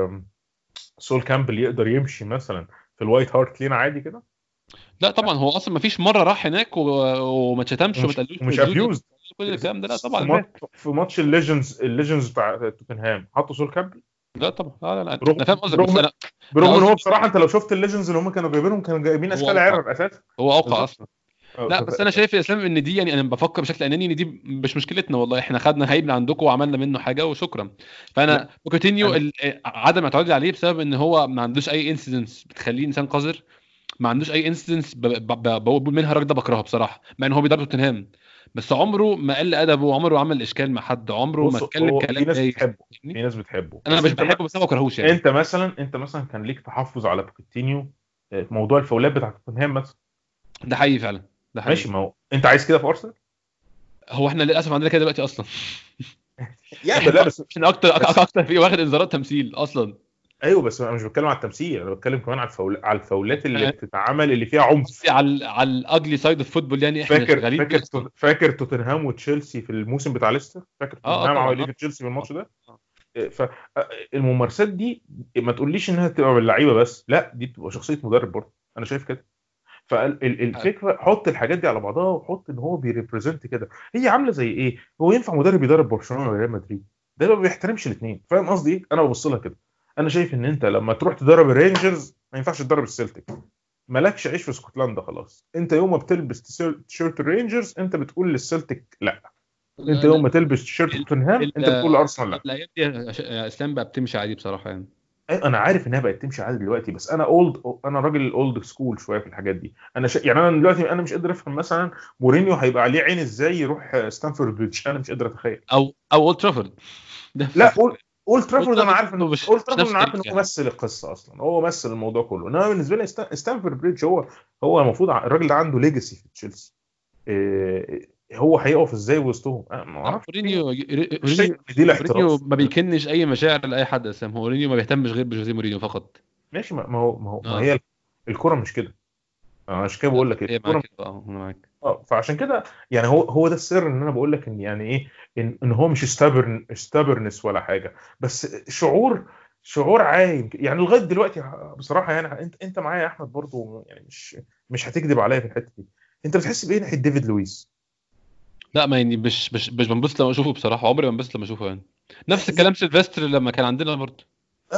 سول كامبل يقدر يمشي مثلا في الوايت هارت لين عادي كده؟ لا طبعا، هو اصلا ما فيش مره راح هناك و... وما اتشتمش وما ومش اتقالوش ومش ردود ابيوز كل الكلام ده. لا في طبعا. ماتش في ماتش الليجندز الليجندز بتاع توتنهام حطوا سول كامبل. لا طبعا. لا لا, لا. برغم انا فاهم قصدك، بس برغم انا انا برغم ان قصدي هو بصراحه انت لو شفت الليجندز اللي هم كانوا جايبينهم كانوا جايبين هو اشكال اوقع عرر اساسا. هو اوقع بالظبط. اصلا. لا بس انا شايف يا اسلام ان دي، يعني انا بفكر بشكل اناني ان دي مش مشكلتنا والله. احنا خدنا هيبنا عندكم وعملنا منه حاجه وشكرا. فانا لا بوكوتينيو انا ال- عدم اعتراضي عليه بسبب ان هو ما عندوش اي انسيدنس بتخليه انسان قذر. ما عندوش اي انسيدنس بقول منها الراجل ده بكرهه بصراحه، مع ان هو بيدرب توتنهام. بس عمره ما قل ادبه، عمره عمل اشكال مع حد، عمره ما بص، اتكلم هو كلام في ناس بايخ. بتحبه فاهمني؟ في ناس بتحبه انا بس مش انت ما... بحبه بس انا ما بكرهوش يعني. انت مثلا انت مثلا كان ليك تحفظ على بوكيتينيو في موضوع الفاولات بتاع توتنهام مثلا. ده حقيقي فعلا. ده ماشي، حقيقي. ما هو انت عايز كده في ارسنال. هو احنا للاسف عندنا كده دلوقتي اصلا. يا احنا لا بس احنا اكتر بس اكتر في واخد انذارات تمثيل اصلا. ايوه، بس انا مش بتكلم على التمثيل، انا بتكلم كمان على الفاول على الفاولات اللي احنا بتتعمل اللي فيها عنف. على على الاجلي سايد اوف فوتبول، يعني احنا فاكر شغالين بيه فاكر اصلا. فاكر توتنهام وتشيلسي في الموسم بتاع ليستر. فاكر اه اه توتنهام طبعا. عمل ايه اه في تشيلسي في اه الماتش ده؟ آه. فالممارسات دي ما تقوليش انها تبقى باللعيبه بس، لا دي بتبقى شخصيه مدرب برضه. انا شايف كده. فالفكره حط الحاجات دي على بعضها وحط ان هو بيريبريزنت كده. هي عامله زي ايه؟ هو ينفع مدرب يدرب برشلونه ولا ريال مدريد؟ ده ما بيحترمش الاثنين. فاهم قصدي ايه؟ انا ببص لها كده. انا شايف ان انت لما تروح تدرب الرينجرز ما ينفعش تدرب السلتيك. مالكش عيش في اسكتلندا خلاص. انت يوم ما بتلبس تيشيرت الرينجرز انت بتقول للسلتيك لا. انت لا يوم لا. ما تلبس تيشيرت ال توتنهام انت بتقول ال لارسنال لا. الايام دي يا ش- يا اسلام بقى بتمشي عادي بصراحه يعني. أيوة، انا عارف انها بقت تمشي عادي دلوقتي، بس انا اولد انا راجل اولد سكول شويه في الحاجات دي. انا ش... يعني انا دلوقتي انا مش قادر افهم مثلا مورينيو هيبقى عليه عين ازاي يروح ستانفورد بريدج. انا مش قادر اتخيل. او او اولد ترافورد. ده في لا في- اول اولد اولد ترافورد انا ترافورد عارف ان برضه مش اولد مش ترافورد نفس انا عارف ان التاريخ هو يعني. مثل القصه اصلا. هو مثل الموضوع كله. انما بالنسبه لي ستا- ستانفورد بريدج هو هو المفروض ع- الراجل ده عنده ليجاسي في تشيلسي. إيه هو هيقف ازاي وسطهم؟ انا ما لا اعرفش. مورينيو مش شايف مورينيو ان دي مورينيو الاحتراف. ما بيكنش اي مشاعر لاي حد. اسلام هو مورينيو ما بيهتمش غير بجوزيه مورينيو فقط. ماشي، ما ما هو ما هو ما اه هي الكره مش كده. أنا عشان كده بقول لك هي معاك الكره. كده. اه انا معاك. اه فعشان كده يعني هو هو ده السر ان انا بقول لك ان يعني ايه، ان, إن هو مش ستابرن ستابرنس ولا حاجه، بس شعور شعور عايم يعني لغايه دلوقتي. بصراحه يعني انت انت معايا يا احمد برضو، يعني مش مش هتكذب عليا في الحته دي. انت بتحس بايه ناحيه ديفيد لويس؟ لا ما يعني مش مش مش بنبسط لما اشوفه بصراحه. عمري ما بنبسط لما اشوفه يعني. نفس الكلام سيلفستر لما كان عندنا برضه.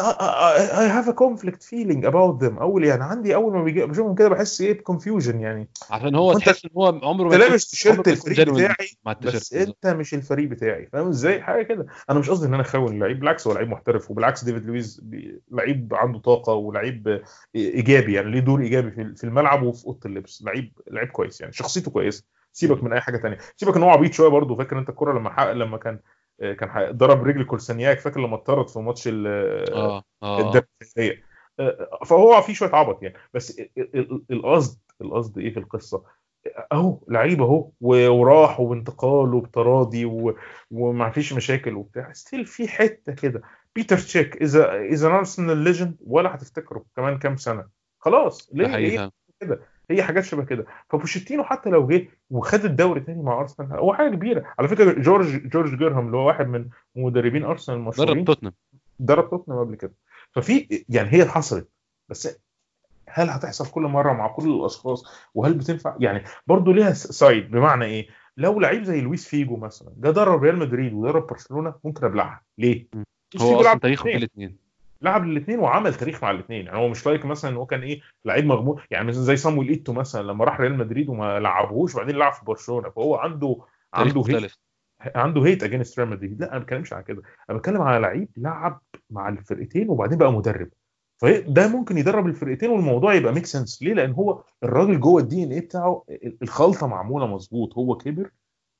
I have a conflict feeling about them. اول يعني عندي اول ما بيجي بشوفهم كده بحس ايه بكونفيوجن يعني. عشان هو وانت تحس ان هو عمره انت ما يكون لابس عمره تيشيرت ما يكون الفريق جينوين بتاعي مع التيشيرت بس بالظبط. انت مش الفريق بتاعي. فاهم ازاي حاجه كده؟ انا مش قصدي ان انا اخون اللعيب، بالعكس هو لعيب محترف. وبالعكس ديفيد لويس بي- لعيب عنده طاقه ولعيب ايجابي، يعني ليه دور ايجابي في في الملعب وفي اوضه اللبس. لعيب لعيب كويس يعني، شخصيته كويسه. سيبك من اي حاجه تانية، سيبك ان هو عبيط شويه برضه. فاكر انت الكره لما حق لما كان كان حق- ضرب رجل كولسانياك؟ فاكر لما اتطرد في ماتش ال- اه اه الدرب السريع؟ فهو في شويه عبط يعني. بس ال- ال- القصد القصد ايه في القصه؟ اهو لعيب اهو و- وراح وبانتقال وبتراضي و... وما فيش مشاكل وبتاع. ستيل في حته كده. بيتر تشيك اذا اذا ارسنال ليجند ولا هتفتكره كمان كام سنه. خلاص ده ليه؟ حقيقي هي فعلا. كده. هي حاجات شبه كده. فبوشيتينو حتى لو جه وخد الدوري تاني مع ارسنال هو حاجه كبيره على فكره. جورج جورج جيرهام اللي هو واحد من مدربين ارسنال درب المشهورين توتنهام. درب توتنهام قبل كده. ففي يعني هي حصلت. بس هل هتحصل كل مره مع كل الاشخاص؟ وهل بتنفع؟ يعني برضو ليها سايد. بمعنى ايه؟ لو لعيب زي لويس فيجو مثلا جه درب ريال مدريد ودرب برشلونه ممكن ابلعها. ليه؟ مم. لويس هو فيجو اصلا لعب تاريخه في الاثنين. الاثنين. لعب الاثنين وعمل تاريخ مع الاثنين. يعني هو مش لايك مثلا ان هو كان ايه لعيب مغمور، يعني مثلا زي صامويل ايتو مثلا لما راح ريال مدريد وما لعبهوش وبعدين لعب في برشلونه. فهو عنده تاريخ عنده هيت مختلف. عنده هيت اجينست ريال مدريد. لا انا ما بتكلمش على كده. انا بتكلم على لعيب لعب مع الفرقتين وبعدين بقى مدرب. فده ممكن يدرب الفرقتين والموضوع يبقى ميك سنس. ليه؟ لان هو الراجل جوه الدي ان ايه بتاعه الخلطه معموله مظبوط. هو كبر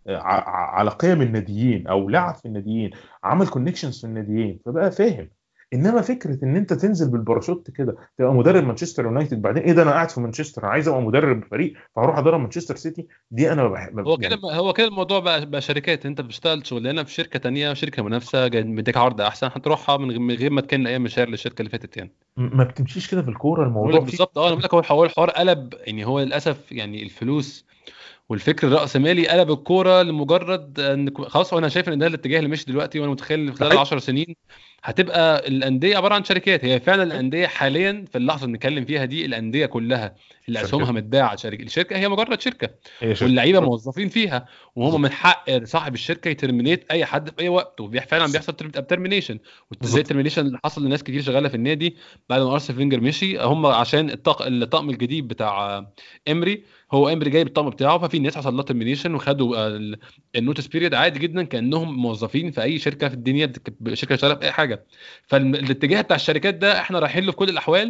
ع- على قيم الناديين او لعب في الناديين، عمل كونكشنز في الناديين فبقى فاهم. انما فكره ان انت تنزل بالباراشوت كده تبقى مدرب مانشستر يونايتد بعدين ايه ده انا قاعد في مانشستر انا عايز ابقى مدرب فريق فهروح ادرب مانشستر سيتي، دي انا ما بحب هو كده يعني. هو كده الموضوع بقى بقى شركات. انت بتشتغل شغلانه في شركه تانية، شركه منافسه جاي مديك عرض احسن، هتروحها من غير من غير ما تكن اي مشاعر للشركه اللي فاتت يعني. ما بتمشيش كده في الكوره. بقول لك الموضوع فيه بالظبط. اه انا بقول لك هو الحوار الحوار قلب يعني. هو للاسف يعني الفلوس والفكر الرأسمالي قلب الكوره لمجرد ان خلاص. انا شايف ان ده الاتجاه اللي ماشي دلوقتي، وانا متخيل في خلال العشر سنين هتبقى الانديه عباره عن شركات. هي فعلا الانديه حاليا في اللحظه اللي بنتكلم فيها دي الانديه كلها اللي اسهمها متباعه شركه، الشركه هي مجرد شركه واللعيبه موظفين فيها، وهم من حق صاحب الشركه يترمينيت اي حد في اي وقت، وفعلا بيحصل ترمينيشن. زي الترمينيشن اللي حصل لناس كتير شغاله في النادي بعد ما ارسنال فينجر مشي، هم عشان الطاقم الطقم الجديد بتاع امري، هو امري جايب الطقم بتاعه، ففي ناس حصل لها ترمينيشن وخدوا النوتس بيريد عادي جدا كانهم موظفين في اي شركه في الدنيا، شركه شغاله في اي حاجه. فالاتجاه بتاع الشركات ده احنا رايحين له في كل الاحوال.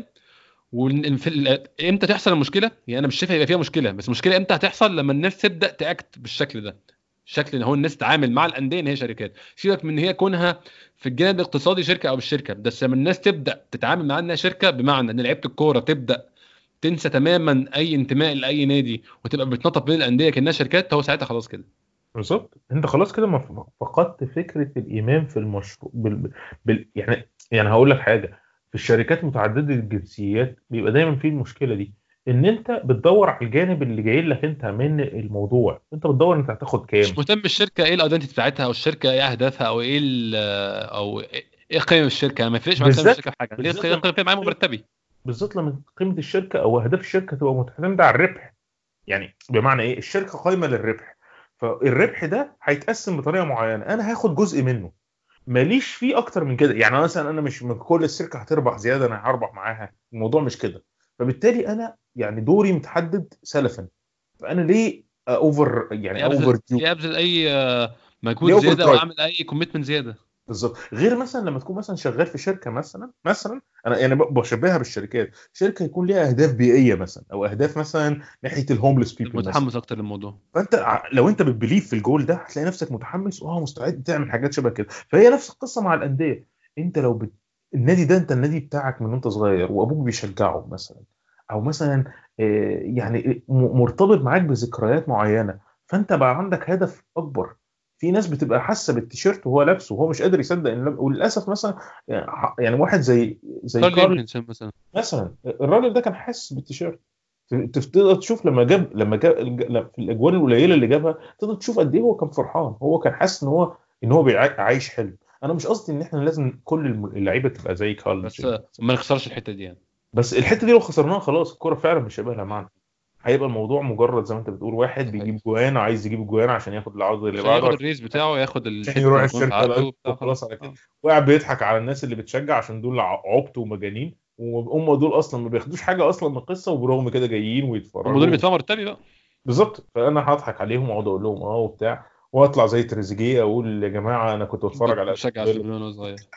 وفي امتى تحصل المشكله؟ يعني انا مش شايف هيبقى فيها مشكله، بس المشكله امتى هتحصل؟ لما الناس تبدا تاكت بالشكل ده، شكل ان هو الناس تتعامل مع الانديه ان هي شركات، سيبك من ان هي كونها في الجانب الاقتصادي شركه او بالشركه، بس لما الناس تبدا تتعامل مع انها شركه، بمعنى ان لعيبه الكوره تبدا تنسى تماما اي انتماء لاي نادي وتبقى بتنطط بين الانديه كانها شركات، هو ساعتها خلاص كده. بالظبط، انت خلاص كده ما فقدت فكره الايمان في المشروع بال... بال... يعني يعني هقول لك حاجه، في الشركات متعدده الجنسيات بيبقى دايما في المشكله دي، ان انت بتدور على الجانب اللي جاي لك انت من الموضوع، انت بتدور انت هتاخد كام، مش مهتم الشركه ايه الايدنتي بتاعتها، او الشركه ايه اهدافها، او ايه او ايه قيم الشركه. ما يفرقش معاك قيم بالذات الشركه في حاجه، ليه بالذات لما قيم معايا مرتبي. بالذات لما قيمه الشركه او اهداف الشركه تبقى معتمده على الربح. يعني بمعنى ايه؟ الشركه قايمه للربح، فالربح ده هيتقسم بطريقه معينه، انا هاخد جزء منه، ماليش فيه اكتر من كده. يعني مثلا انا مش من كل الشركه هتربح زياده انا هربح معاها، الموضوع مش كده. فبالتالي انا يعني دوري متحدد سلفا، فانا ليه اوفر يعني ليه ابذل اوفر ديو، ليه ابذل اي آه، مجهود ليه اوفر زياده او درايف. اعمل اي كوميتمنت زياده. بالظبط، غير مثلا لما تكون مثلا شغال في شركه، مثلا مثلا انا يعني بشبهها بالشركات، شركه يكون ليها اهداف بيئيه مثلا، او اهداف مثلا ناحيه الهوملس بيبل مثلا، متحمس اكتر للموضوع. فانت ع- لو انت بتبليف في الجول ده هتلاقي نفسك متحمس واه مستعد تعمل حاجات شبه كده. فهي نفس القصه مع الانديه، انت لو بت... النادي ده انت النادي بتاعك من وانت صغير وابوك بيشجعه مثلا، او مثلا آه، يعني م- مرتبط معاك بذكريات معينه، فانت بقى عندك هدف اكبر. في ناس بتبقى حاسه بالتيشيرت وهو لابسه وهو مش قادر يصدق ان لاب- وللاسف مثلا يعني واحد زي زي كارل كارل يمكن مثلا. مثلا، الراجل ده كان حاسس بالتيشيرت. تقدر تشوف لما جاب لما جاب الج- في الاجوان القليله اللي جابها، تقدر تشوف قد ايه هو كان فرحان، هو كان حاسس ان هو ان هو بيع- عايش حلم. انا مش قصدي ان احنا لازم كل الم- اللعيبه تبقى زي كارل بس جيمس، آه، ما نخسرش الحته دي يعني. بس الحته دي لو خسرناها خلاص الكوره فعلا مش هيبقى لها معنى. هيبقى الموضوع مجرد زي ما انت بتقول، واحد ده حقيقي. بيجيب جوان عايز يجيب جوان عشان ياخد العرض اللي عشان بعده، ياخد عشان الريس بتاعه، ياخد عشان يروح الحته مكان في الشركه عقده الأكبر وبتاع، خلاص وخلاص على كده. اه. وقاعد بيضحك على الناس اللي بتشجع عشان دول ع- عبط ومجانين، وهم دول اصلا ما بياخدوش حاجه اصلا من القصه، وبرغم كده جايين هم دول اللي ويتفرجوا. بيدفعوا مرتبي بقى. بالظبط، فانا هضحك عليهم واقعد اقول لهم اه وبتاع، واطلع زي تريزيجيه اقول يا جماعه انا كنت بتفرج كنت على بشجع استون فيلا. استون فيلا وانا صغير.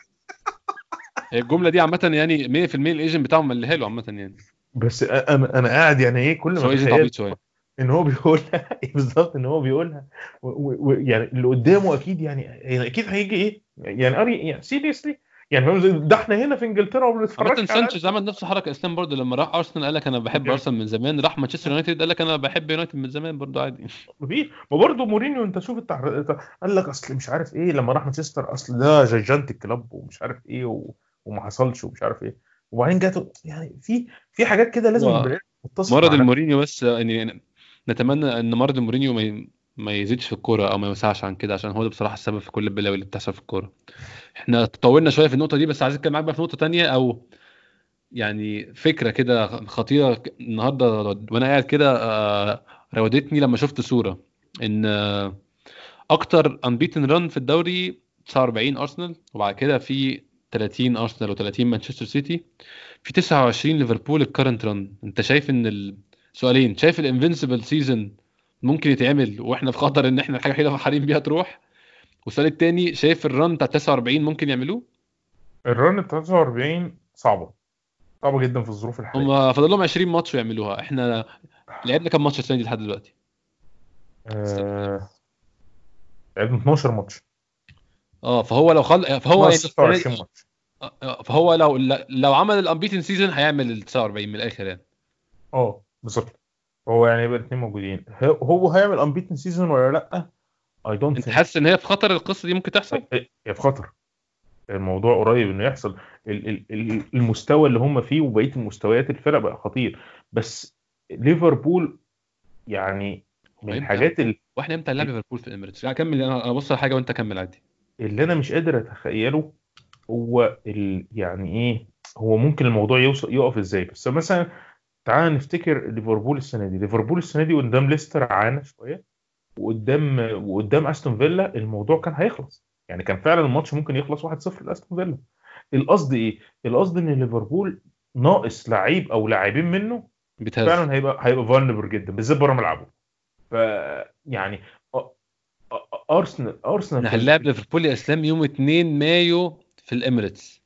هي الجمله دي عامه يعني مية في المية الايجنت بتاعهم مليها له عامه يعني. بس انا انا قاعد يعني ايه كل بس ما هو ايجنت اتخيل عبيط شويه. ان هو بيقولها بالظبط ان هو بيقولها، ويعني اللي قدامه اكيد يعني يعني اكيد هيجي ايه يعني اري يعني سيريسلي، يعني فاهم زي- ده احنا هنا في انجلترا وما عامة بنتفرجش على سانشيز عمل نفس حركة اسلام برضه لما راح ارسنال، قال لك انا بحب ارسنال من زمان، راح مانشستر يونايتد قال لك انا بحب يونايتد من زمان برضه عادي. في ما برضه مورينيو، انت شوف التحر... قال لك اصل مش عارف ايه لما راح مانشستر، اصل ده جيجانت الكلاب ومش عارف ايه و... وما حصلش ومش عارف ايه، وبعدين جات يعني في في حاجات كده لازم هو البني آدم تتسق مرض مع نفسه. المورينيو بس يعني، نتمنى ان مرض المورينيو ما ي- ما يزيدش في الكوره او ما يوسعش عن كده، عشان هو ده بصراحه السبب في كل البلاوي اللي بتحصل في الكوره. احنا طولنا شويه في النقطه دي، بس عايز اتكلم معاك بقى في نقطه تانية، او يعني فكره كده خطيره ك- النهارده وانا قاعد كده آه، راودتني لما شفت صوره ان آه، اكتر انبيتن ران في الدوري تسعة وأربعين ارسنال، وبعد كده في تلاتين ارسنال و30 مانشستر سيتي، في تسعة وعشرين ليفربول الكرنت ران. انت شايف ان السؤالين، شايف الانفنسبل سيزون ممكن يتعمل واحنا في خطر ان احنا الحاجه الوحيده فرحانين بيها تروح؟ والسؤال التاني، شايف الران بتاع تسعة وأربعين ممكن يعملوه؟ الرن تلاتة وأربعين صعبه، صعبه جدا في الظروف الحاليه. هم فاضل لهم عشرين ماتش ويعملوها. احنا لعبنا كام ماتش السنه دي لحد دلوقتي؟ آه... لعبنا اتناشر ماتش، اه فهو لو خل... فهو ناقص يعني ستة وعشرين ماتش. آه، آه، فهو لو لو عمل الانبيتن سيزون هيعمل ال تسعة وأربعين من الاخر يعني. اه بالظبط، هو يعني يبقى الاثنين موجودين، هو هو هيعمل انبيتن سيزون ولا لا؟ اي دونت انت ثينك. حاسس ان هي في خطر القصه دي ممكن تحصل؟ هي في خطر، الموضوع قريب انه يحصل. ال- ال- ال- المستوى اللي هم فيه وبقيه المستويات الفرق بقى خطير، بس ليفربول يعني من الحاجات ال- واحنا امتى نلعب ليفربول في الاميريتس؟ لا كمل، انا ابص على حاجه وانت كمل عادي. اللي انا مش قادر اتخيله هو ال... يعني ايه، هو ممكن الموضوع يوصل يقف ازاي. بس مثلا تعال نفتكر ليفربول السنه دي، ليفربول السنه دي قدام ليستر عانى شويه، وقدام وقدام استون فيلا الموضوع كان هيخلص، يعني كان فعلا الماتش ممكن يخلص واحد صفر لاستون فيلا. القصد ايه؟ القصد ان ليفربول ناقص لعيب او لاعبين منه بتهز. فعلا هيبقى هيبقى فولنبل جدا بالذات بره ملعبه. ف يعني أ- أ- ارسنال ارسنال احنا في هنلعب ال- ليفربول يا اسلام يوم اتنين مايو في الاميريتس.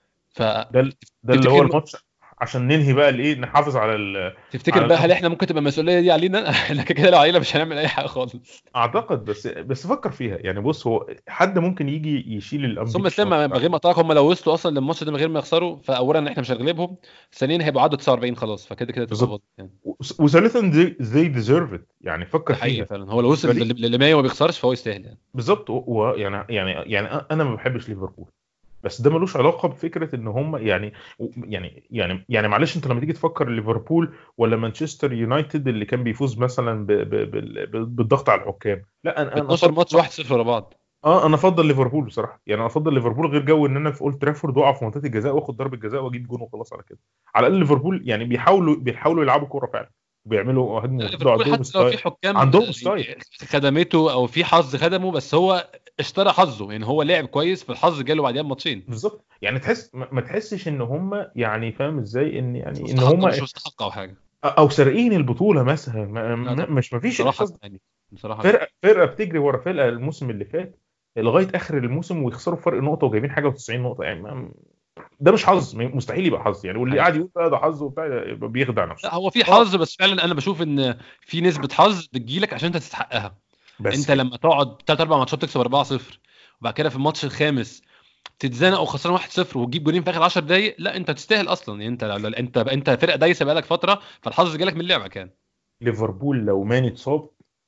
ده ال- ده اللي هو فتفتكر الماتش عشان ننهي بقى الايه، نحافظ على ال... تفتكر على بقى هل الأمل. احنا ممكن تبقى المسؤوليه دي علينا؟ احنا كده كده لو علينا مش هنعمل اي حاجه خالص. اعتقد، بس بس فكر فيها يعني. بص، هو حد ممكن يجي يشيل ثم الامبيت اسلام شوت من غير ما اقطعك، هم لو وصلوا اصلا للماتش ده من غير ما يخسروا، فاولا احنا مش هنغلبهم، ثانيا هيبقوا عدد تسعة وأربعين خلاص، فكده كده تبقى بالظبط. فاضي يعني. و- وثالثا زي ديزيرف ات، يعني فكر ده حقيقي فيها. فعلا، هو لو وصل فريق لل مية وما بيخسرش فهو يستاهل يعني. بالظبط. ويعني يعني يعني انا ما بحبش ليفربول، بس ده ملوش علاقه بفكره ان هم يعني يعني يعني يعني معلش، انت لما تيجي تفكر ليفربول ولا مانشستر يونايتد اللي كان بيفوز مثلا ب ب ب بالضغط على الحكام، لا انا انا اتناشر افضل. ماتش واحد صفر ورا بعض. اه انا افضل ليفربول بصراحه، يعني انا افضل ليفربول غير جو ان انا في اولد ترافورد واقع في منطقه الجزاء واخد ضربه جزاء واجيب جون وخلاص على كده. على الاقل ليفربول يعني بيحاولوا بيحاولوا يلعبوا كوره فعلا، بيعملوا هجمه لا مرتده، ليفربول عندهم حتى لو في ستايل. حكام عندهم ستايل. خدمته او في حظ خدمه، بس هو اشترى حظه يعني، هو لعب كويس في الحظ جاله بعديها ماتشين. بالظبط، يعني تحس ما ما تحسش ان هم يعني فاهم ازاي ان مش يعني ان مستحق مش هم مستحق او حاجه. او سارقين البطوله مثلا. ما- لا ما- طبعا. مش ما فيش بصراحه الاحساس. يعني، بصراحه لا. فرقه فرقه بتجري ورا فرقه الموسم اللي فات لغايه اخر الموسم ويخسروا فرق نقطه وجايبين حاجه و90 نقطه يعني. ما- ده مش حظ، مستحيل يبقى حظ يعني. واللي قاعد حقيقي. يقول بقى ده حظ وبتاع يبقى بيخدع نفسه. لا هو في اه حظ، بس فعلا انا بشوف ان في نسبه حظ بتجيلك عشان انت تستحقها. بس انت كده. لما تقعد ثلاث اربع ماتشات تكسب أربعة صفر، وبعد كده في الماتش الخامس تتزنق وخسران واحد صفر وتجيب جولين في اخر عشر دقايق، لا انت تستاهل اصلا يعني. انت لو انت انت فرقه دايسه بقالك فتره، فالحظ جالك من لعبك يعني. ليفربول لو ماني اتصاب،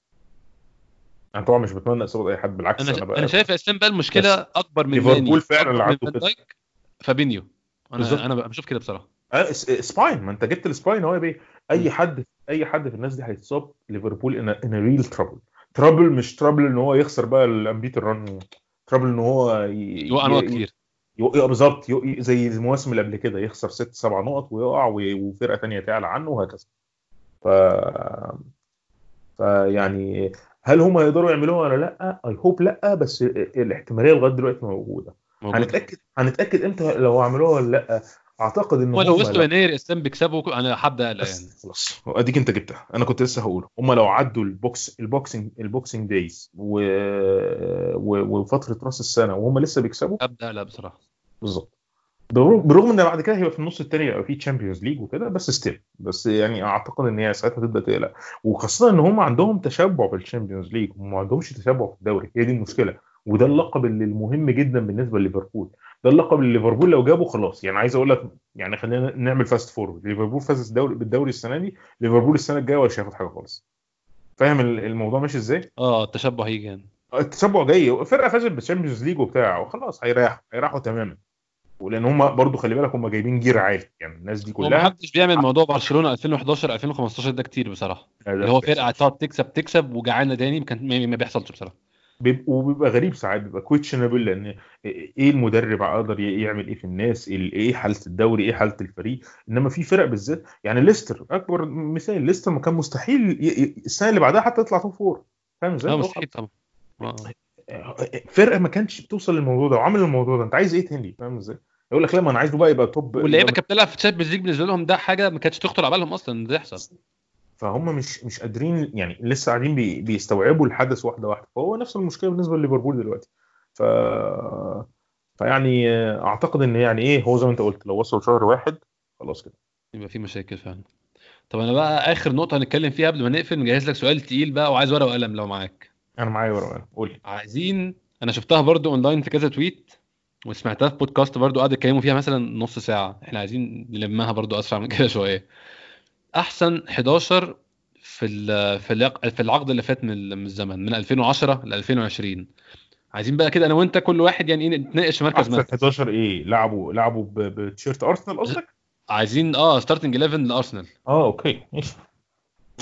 انا طبعا مش بتمنى اصابه اي حد، بالعكس انا انا انا بقى. شايف يا اسلام بقى المشكله بس اكبر من ليفربول ماني فعلا اللي واكبر من عنده فان قصه. دايك، فابينيو. انا بالظبط. انا بشوف كده بصراحه. آه، س- سباين، ما انت جبت السباين اهو يا بيه. مم. اي حد اي حد في الناس دي هيتصاب، ليفربول ان ان ريل ترابل. ترابل مش ترابل ان هو يخسر بقى الامبيت الرن، ترابل ان هو ي... يوقع نقط ي... كتير. ي... بالظبط، ي... زي المواسم اللي قبل كده يخسر ست سبع نقط ويقع و... وفرقه ثانيه تعلى عنه وهكذا. ف فيعني هل هم يقدروا يعملوها ولا لا؟ اي هوب لا، بس الاحتماليه لغايه دلوقتي موجوده. موجوده. هنتاكد هنتاكد امتى لو عملوها ولا لا. اعتقد ان هو لو هم وصلوا لا. يناير اسلام بيكسبوا، انا هبدا اقلق يعني. بس خلاص اديك انت جبتها، انا كنت لسه هقوله. هم لو عدوا البوكس البوكسنج البوكسنج دايز و... و... وفتره راس السنه وهم لسه بيكسبوا. ابدا اقلق بصراحه. بالظبط. بالرغم بالرغم ان بعد كده هيبقى في النص الثاني يبقى في تشامبيونز ليج وكده، بس ستيل بس يعني اعتقد ان هي ساعتها تبدا تقلق. وخاصه ان هم عندهم تشبع بالتشامبيونز ليج، هم ما عندهمش تشبع في الدوري، هي دي المشكله. وده اللقب اللي المهم جدا بالنسبه لليفربول. ده اللقب اللي ليفربول لو جابه خلاص، يعني عايز اقول لك يعني خلينا نعمل فاست فورورد. ليفربول فاز الدوري بالدوري السنه دي، ليفربول السنه الجايه ولا هياخد حاجه خالص. فاهم الموضوع ماشي ازاي؟ اه التشبع هيجي يعني. التشبع جاي، فرقه فازت بالتشامبيونز ليج وبتاع وخلاص هيريحوا هيريحوا تماما. ولان هم برضو خلي بالك هم جايبين جير عالي، يعني الناس دي هو ما كلها. حدش بيعمل موضوع برشلونه ألفين وحداشر ألفين وخمستاشر ده كتير بصراحه، لا اللي ده هو ما فرقه بيحصلش. تقعد تكسب تكسب وجعانه تاني، كان ما ما بيحصلش بصراحه. بيبقى وبيبقى غريب ساعات، بيبقى كويتشنبل، لان ايه المدرب قدر يعمل ايه في الناس، ايه حاله الدوري، ايه حاله الفريق. انما في فرق بالذات يعني ليستر اكبر مثال. ليستر ما كان مستحيل ي- ي- السنه اللي بعدها حتى يطلع توب فور. فاهم ازاي؟ اه هو مستحيل خلاص. طبعا. آه. فرقه ما كانتش بتوصل للموضوع ده وعامل الموضوع ده، انت عايز ايه تاني؟ فاهم ازاي؟ يقول لك لا ما انا عايزه بقى يبقى توب واللعيبه يبقى. كانت بتلعب في تشامبيونز ليج، بالنسبه لهم ده حاجه ما كانتش تخطر على بالهم اصلا ان ده يحصل. فهم مش مش قادرين يعني، لسه قاعدين بي بيستوعبوا الحدث واحده واحده. فهو نفس المشكله بالنسبه لليفربول دلوقتي. ف فيعني اعتقد ان يعني ايه، هو زي ما انت قلت لو وصلوا شهر واحد خلاص كده. يبقى في مشاكل فعلا. طب انا بقى اخر نقطه هنتكلم فيها قبل ما نقفل، مجهز لك سؤال تقيل بقى وعايز ورقه وقلم لو معاك. انا معايا ورقه، قول لي. عايزين، انا شفتها برضو اونلاين في كذا تويت، وسمعتها في بودكاست برضو قعدوا يتكلموا فيها مثلا نص ساعه، احنا عايزين نلمها برضو اسرع من كده شويه. احسن حداشر في ال- في العق- في العقد اللي فات من من الزمن من ألفين وعشرة ل ألفين وعشرين. عايزين بقى كده انا وانت كل واحد يعني ايه نتناقش في مركز احسن مركز. حداشر ايه لعبوا لعبوا ب- بتيشيرت ارسنال قصدك؟ عايزين اه ستارتنج حداشر لارسنال. اه اوكي ماشي.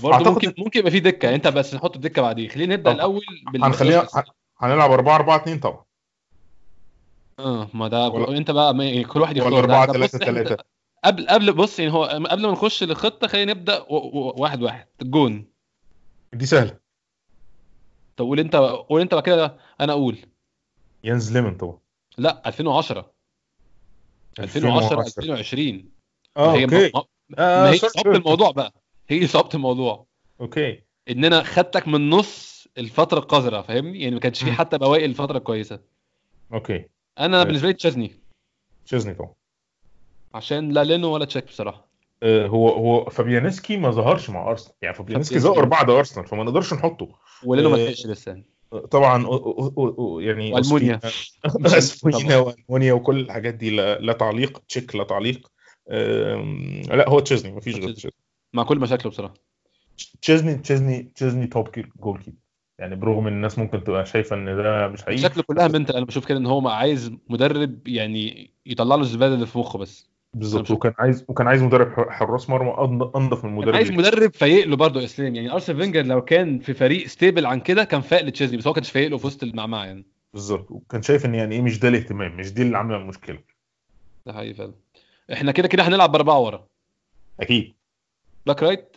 برضه أعتقد- ممكن ممكن يبقى في دكه يعني، انت بس نحط الدكه بعدين. خلينا نبدا طب الاول بال هنخليها ه- هنلعب أربعة أربعة اتنين طبعا، اه ما ده ولا- انت بقى ما- كل واحد ولا يختار ده, أربعة ده بص ثلاثة احنا ثلاثة. قبل قبل بص يعني هو قبل ما نخش للخطه خلينا نبدا و... و... واحد واحد الجون. دي سهلة. طب قول انت قول انت بعد كده انا اقول. يانز ليمن طبعا. لا ألفين وعشرة ألفين وعشرة ألفين وعشرة. ألفين وعشرين. اه ما هي ما, اوكي. ما ما اه هي سوري صعوبه سوري. الموضوع بقى. هي صعوبه الموضوع اوكي. ان انا خدتك من نص الفتره القذره فاهمني، يعني ما كانش في مم. حتى بواقي الفتره الكويسه. اوكي. انا آه، بالنسبه لي تشيزني، تشيزني طبعا. عشان لا لينو ولا تشيك بصراحه. آه، هو هو فابيانسكي ما ظهرش مع ارسنال، يعني فابيانسكي فابيانسكي ظهر بعد ارسنال فما نقدرش نحطه. ولينو ما آه، لحقش لسه يعني. طبعا أو- أو- أو- أو- يعني والمونيا أوسبينا مش اسبوعينا طبعا والمونيا وكل الحاجات دي لا, لا تعليق، تشيك لا تعليق. آم، لا هو تشيزني ما فيش غير تشيزني. مع كل مشاكله بصراحه. تشيزني تشيزني تشيزني توب كي- جول كيب، يعني برغم ان الناس ممكن تبقى شايفه ان ده مش حقيقي. مشاكله كلها منتال، انا بشوف كده ان هو ما عايز مدرب يعني يطلع له الزباله اللي في مخه بس. انا بالظبط، بشوف وكان عايز وكان عايز مدرب ح- حراس مرمى أن- انضف من كان المدرب عايز اللي مدرب فايق له برضه اسلام، يعني ارسنال فينجر لو كان في فريق ستيبل عن كده كان فايق لتشيزني، بس هو كانش فايق له في وسط المعمعه يعني. بالظبط، وكان شايف ان يعني ايه مش ده الاهتمام، مش دي اللي عامله المشكله. ده حقيقي فعلا. احنا كده كده هنلعب باربعه ورا. اكيد. باك رايت.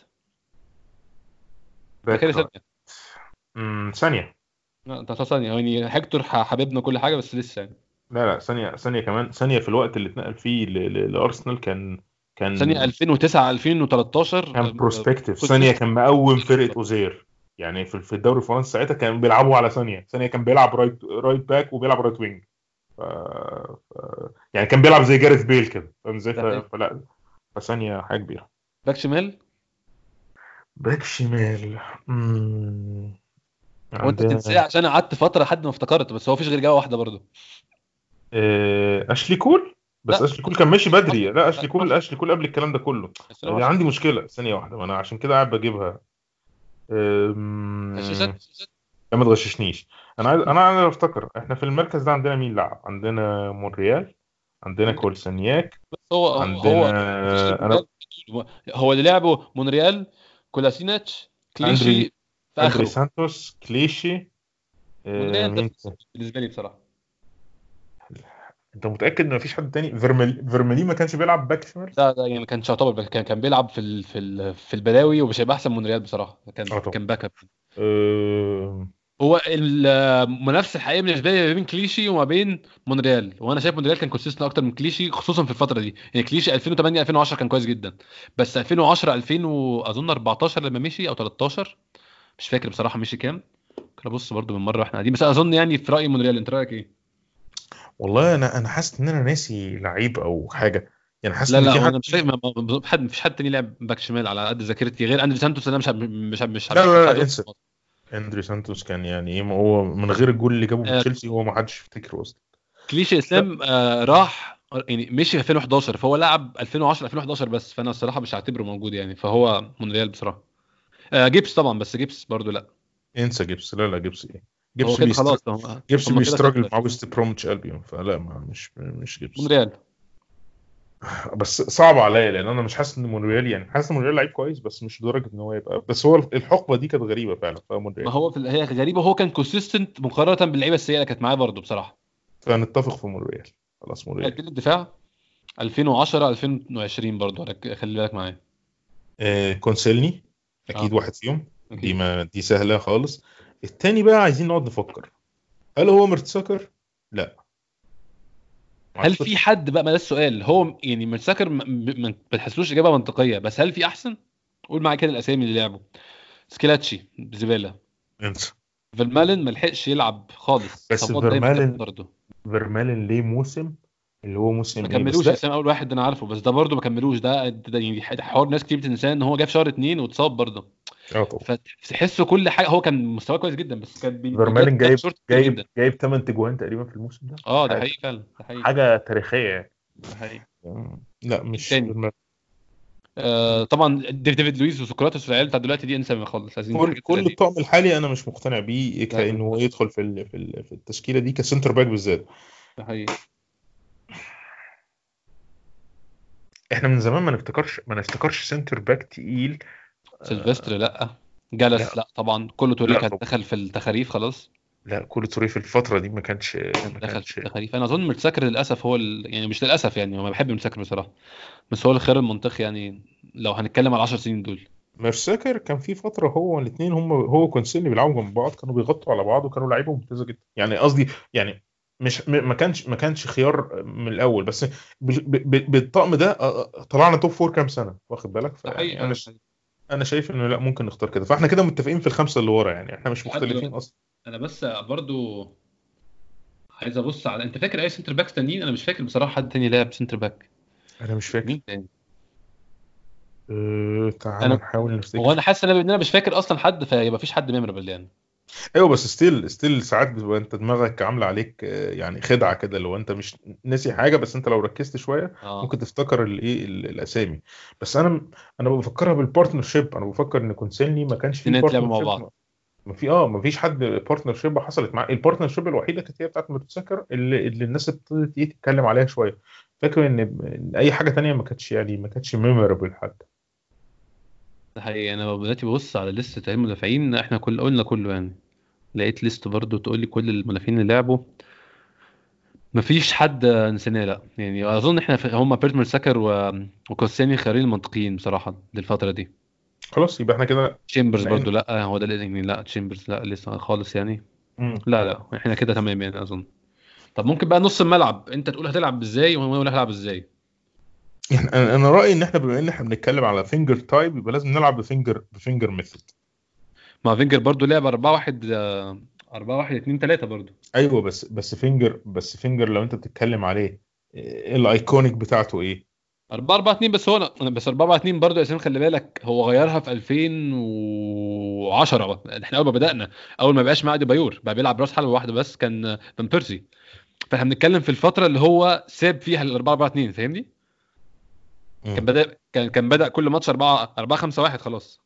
باك بكاري رايت. ثانيه. امم ثانيه. لا انت ثانيه يعني هيكتور ح- حبيبنا كل حاجه بس لسه يعني. لا لا ثانيه ثانيه كمان ثانيه، في الوقت اللي اتنقل فيه ل- ل- لارسنال كان ثانيه كان ألفين وتسعة ألفين وتلتاشر. كان آه، بروسبكتيف. ثانيه كونسيست. كان مقوم فرقه اوزير، يعني في في الدوري الفرنسي ساعتها كان بيلعبوا على ثانيه. ثانيه كان بيلعب رايت رايت باك وبيلعب رايت وينج. ف... ف... يعني كان بيلعب زي جاريث بيل كده، فاهم ازاي؟ ف... ده حقيقي. فلا، فثانيه حاجه كبيره. باك شمال. باك شمال. امم وانت بتنساه عندنا عشان قعدت فتره لحد ما افتكرت، بس هو فيش غير جوه واحده برضه. آه، اشلي كول. بس لا اشلي كول كان ماشي بدري. لا لا اشلي كول اشلي كول قبل الكلام ده كله. دي ألفين وعشرة. عندي مشكله ثانيه واحده، ما انا عشان كده قاعد بجيبها. أم... غششت. لا ما تغششنيش. انا عايز انا عايز افتكر احنا في المركز ده عندنا مين لعب. عندنا مونريال، عندنا كولسانياك، بس هو هو عندنا مفيش غير انا مونريال. هو اللي لعبه مونريال، كولاسيناتش، كليشي اندري في اندري اخره. سانتوس كليشي. أه... مونريال ده مين تاني؟ بالنسبه لي بصراحه. انت متاكد ان مفيش حد تاني؟ فيرميلي فيرميلي ما كانش بيلعب باك شمال؟ ده ده يعني ما كانش يعتبر باك، كان كان بيلعب في ال... في ال... في البلاوي ومش هيبقى احسن من مونريال بصراحه، كان اه طبعا. كان باك اب. أه... هو المنافسه الحقيقيه بالنسبه لي ما بين كليشي وما بين مونريال، وانا شايف مونريال كان كونسيستنت اكتر من كليشي خصوصا في الفتره دي. يعني كليشي ألفين وثمانية ألفين وعشرة كان كويس جدا، بس ألفين وعشرة ألفين واظن أربعتاشر لما مشي او تلتاشر مش فاكر بصراحه مشي كام. ممكن ابص برضو من مره واحنا قاعدين، بس اظن يعني في رايي مونريال. انت رايك ايه؟ والله انا انا حاسس ان انا ناسي لعيب او حاجه، يعني حاسس لا ان لا في هو حد. انا مش فاكر، ما- ما- حد مفيش حد تاني لعب باك شمال على قد ذاكرتي غير اندري سانتوس. انا مش ه- مش ه- مش ه- لا مش لا عايز لا اقول. انسى. اندري سانتوس كان يعني ايه، هو من غير الجول اللي جابه في آه، تشيلسي هو ما حدش يفتكره اصلا. كليشي لا اسلام آه راح يعني مشي في ألفين وحداشر، فهو لعب ألفين وعشرة ألفين وحداشر بس، فانا الصراحه مش هعتبره موجود يعني، فهو مونريال بصراحه. آه جيبس طبعا، بس جيبس برضو لا. انسى جيبس. لا لا جيبس ايه؟ هو جيبس كده بيستر... خلاص هم. جيبس هم كده بيستراجل صفر. مع ويست برومتش البيون، فلا ما مش مش جيبس. مونريال. بس صعب عليا لان انا مش حاسس ان مونريال، يعني حاسس ان مونريال لعيب كويس بس مش لدرجه ان هو يبقى. بس هو الحقبه دي كانت غريبه فعلا ما فمونريال. هو في ال- هي غريبه، هو كان كونسيستنت مقارنه باللعيبه السيئه اللي كانت معاه برضو بصراحه. فنتفق في مونريال. خلاص مونريال. قلت الدفاع ألفين وعشرة ألفين وعشرين برضو رك- خلي بالك معايا. آه كونسيلني اه اكيد واحد فيهم. دي اكيد. ما دي سهله خالص. التاني بقى عايزين نقعد نفكر، هل هو مرتسكر؟ لا ما هل في اعتقدش. حد بقى، ما ده السؤال، هو يعني متسكر ما ما بتحسلوش اجابه منطقيه، بس هل في احسن؟ قول معايا كده الاسامي اللي لعبوا. سكيلاتشي زباله. انسى. فيرمالين ما لحقش يلعب خالص، بس اصابات دايما جت فيرمالين برضه. فيرمالين ليه موسم اللي هو موسم ما ايه بس كملوش ده. اسامي، اول واحد ده انا عارفه، بس ده برضه ما كملوش. ده, ده يعني حوار ناس كتير بتنساه ان هو جه في شهر اتنين واتصاب برضه. اه طبعا. فتحسه كل حاجه، هو كان مستواه كويس جدا بس كان بي- بيجات فيرمالين كات جايب شورت كتير جايب جدا. جايب ثمانية تجوان تقريبا في الموسم ده. اه ده حاجه حقيقي فعلا، ده حقيقي. حاجه تاريخيه يعني. ده حقيقي. لا مين مش تاني؟ فيرمالين. آه طبعا ديف- ديفيد لويس وسقراطس والعيال بتاع دلوقتي دي انسى ما خالص، عايزين كل حاجات كل قديمه. الطقم الحالي انا مش مقتنع بيه لا لا كانه يدخل في ال- في ال- في التشكيله دي كسنتر باك بالذات. ده حقيقي. احنا من زمان ما نفتكرش ما نفتكرش سنتر باك تقيل سيلفستر لا، جالس لا لا طبعا، كله توريه لا كان طب دخل في التخاريف خلاص. لا، كولو توريه في الفتره دي ما كانش ما دخل في كانش التخاريف. انا اظن مرتساكر للاسف هو ال... يعني مش للاسف يعني، ما بحب مرتساكر بصراحه، بس هو الخيار المنطقي يعني لو هنتكلم على 10 سنين دول. ميرساكر كان في فتره هو الاثنين هم هو كونسيلي بيلعبوا جنب بعض، كانوا بيغطوا على بعض وكانوا لعيبه ممتازه جدا يعني. قصدي يعني مش م- ما كانش ما كانش خيار من الاول، بس ب- ب- ب- بالطقم ده آه، آه، طلعنا توب فور كام سنه واخد بالك. ده فيعني انا حقيقي. ش... انا شايف انه لا ممكن نختار كده، فاحنا كده متفقين في الخمسه اللي ورا يعني، احنا مش لحد مختلفين دلوقتي اصلا. انا بس برضو عايز ابص على، انت فاكر اي سنتر باكس تانيين؟ انا مش فاكر بصراحه حد تاني لعب سنتر باك. انا مش فاكر. مين تاني؟ أه... تعال انا نحاول هو انا نفتكر. حاسس ان انا إن أنا مش فاكر اصلا حد، فيبقى مفيش حد ميمورابل يعني. ايوه بس ستيل ستيل ساعات بتبقى انت دماغك عامله عليك آه، يعني خدعه كده، لو انت مش ناسي حاجه بس انت لو ركزت شويه اه، ممكن تفتكر الايه ال- الاسامي. بس انا انا بفكرها بالبارتنر شيب، انا بفكر ان كونسيلني ما كانش فيه اتنين لعبوا بارتنر مع شيب. بعض. ما في اه ما فيش حد بارتنر شيب حصلت معاه. البارتنر شيب الوحيده كانت هي بتاعت مرتسكر اللي, اللي الناس ابتدت ايه تتكلم عليها شويه. فاكر ان إن اي حاجه تانية ما كانتش يعني ما كانتش ميمورابل حتى. ده حقيقي. انا دلوقتي ببص على لسه المدافعين، احنا كل قلنا كله يعني، لقيت ليست برضو تقول لي كل المدافعين اللي لعبوا. مفيش حد نسيناه لا يعني. اظن احنا في هم بيرتمر ساكر و... وكوسيني خيارين منطقيين بصراحه للفتره دي. خلاص يبقى احنا كده. تشامبرز بما برضو ان لا، هو ده اللي يعني، لا تشامبرز لا لسه خالص يعني. مم. لا لا احنا كده تمام يعني اظن. طب ممكن بقى نص الملعب انت تقول هتلعب ازاي وانا اقول هلعب ازاي. يعني انا أنا رايي ان احنا بما ان احنا بنتكلم على فينجر تايب يبقى لازم نلعب بفينجر بفينجر ميثود. ما فينجر برضو لعب أربعة واحد أربعة واحد اتنين تلاتة برضو. ايوه بس بس فينجر بس فينجر لو انت بتتكلم عليه إيه الايكونيك بتاعته ايه؟ أربعة أربعة اتنين بس. هو أنا بس أربعة أربعة اتنين برضو يا اسلام، خلي بالك هو غيرها في ألفين وعشرة. احنا اول ما بدأنا، اول ما بقاش معاه بايور بقى بيلعب راس حلبة واحده بس كان فان بيرسي. فاحنا بنتكلم في الفتره اللي هو ساب فيها ال أربعة أربعة اتنين، فاهمني؟ كان مم. بدأ كان كان بدأ كل ماتش أربعة أربعة خمسة واحد خلاص.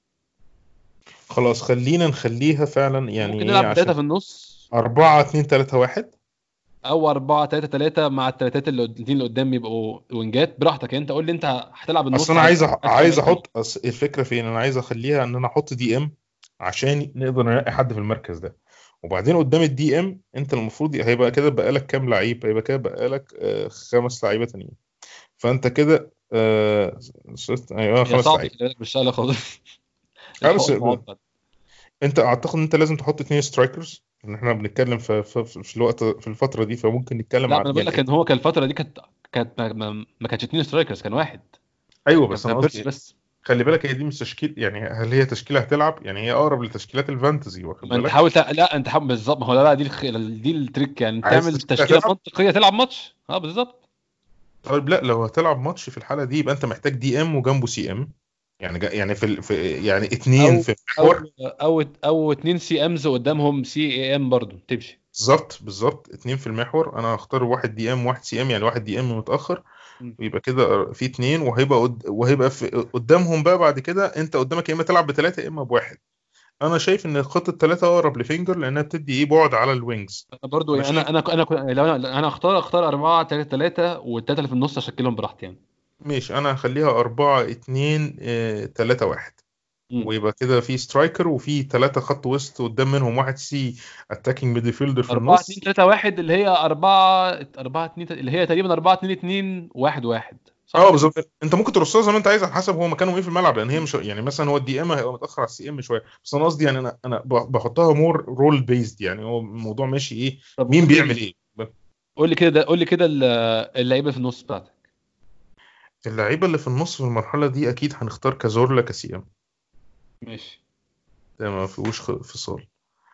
خلاص خلينا نخليها فعلا يعني ممكن ايه نلعب عشان بثلاثه في النص، أربعة اتنين تلاتة واحد. او أربعة تلاتة تلاتة مع الثلاثات اللي قد- الاثنين اللي قدام يبقوا وينجات براحتك. انت قول لي انت هتلعب اصل النص انا على عايز أح- عايز تلعب عايز إيه في النص. احط أصل الفكره فين، انا عايز اخليها ان انا احط دي ام عشان نقدر نلاقي حد في المركز ده. وبعدين قدام الدي ام انت المفروض هيبقى كده بقى لك كام لعيب، هيبقى كده بقى لك آه، خمس لعيبه تانيين. فانت كده آه، ست ايوه هي خمس صعبه لعيبه. خلي بالك، مش سهله خالص. اه بس الحوار معقد. انت اعتقد ان انت لازم تحط اتنين سترايكرز، ان احنا بنتكلم في في, في الوقت في الفتره دي، فممكن نتكلم لا ما عن انا بقول لك يعني. ان هو كان الفتره دي كانت كانت ما, ما, ما كانتش اتنين سترايكرز، كان واحد. ايوه كان بس انا فان بيرسي قصدي بس. خلي بالك هي دي مش تشكيل يعني، هل هي تشكيله هتلعب يعني، هي اقرب لتشكيلات الفانتزي واخد ما انت بالك. حاول تع... لا انت حاول بالظبط، ما هو ده بقى دي الخ... دي التريك يعني، عايز تعمل تشكيله تشكيله هتلعب. منطقيه تلعب ماتش. اه بالظبط. طيب لا لو هتلعب ماتش في الحاله دي يبقى انت محتاج دي ام وجنبه سي ام. يعني جا يعني في, ال- في يعني اتنين او في او المحور. او او اتنين سي امز قدامهم سي اي ام برضو تمشي. بالظبط بالظبط اتنين في المحور، انا هختار واحد دي ام واحد سي ام، يعني واحد دي ام متاخر. مم. ويبقى كده في اتنين، وهيبقى قد... وهيبقى في قدامهم بقى بعد كده انت قدامك يا اما تلعب بثلاثه يا اما بواحد. انا شايف ان خطه ثلاثه اقرب لفينجر لانها بتدي ايه بعد على الوينجز. انا برضو انا يعني انا شايف انا انا كنت- لو انا انا اختار اختار أربعة تلاتة تلاتة والتلاته اللي في النص اشكلهم براحتي يعني. ماشي، انا هخليها أربعة اتنين اه... تلاتة واحد. مم. ويبقى كده في سترايكر وفي ثلاثه خط وسط قدام منهم واحد سي اتاكينج ميدفيلدر في أربعة اتنين النص. تلاتة واحد اللي هي أربعة أربعة اتنين اللي هي تقريبا أربعة اتنين اتنين واحد واحد، صح اه كده؟ بالظبط، انت ممكن ترصها زي ما انت عايز على حسب هو مكانه ايه في الملعب، لان هي مش يعني مثلا هو الدي ام هيبقى متاخر على السي ام شويه، بس انا قصدي يعني انا انا ب- بحطها مور رول بيزد يعني، هو الموضوع ماشي ايه طب مين قول بيعمل لي ايه. قول لي كده قول لي كده ال- اللعيبه في النص بتاعتك. اللعيبه اللي في النص في المرحله دي اكيد هنختار كازورلا كسي ام. ماشي. ده ما فيهوش خ- فصال.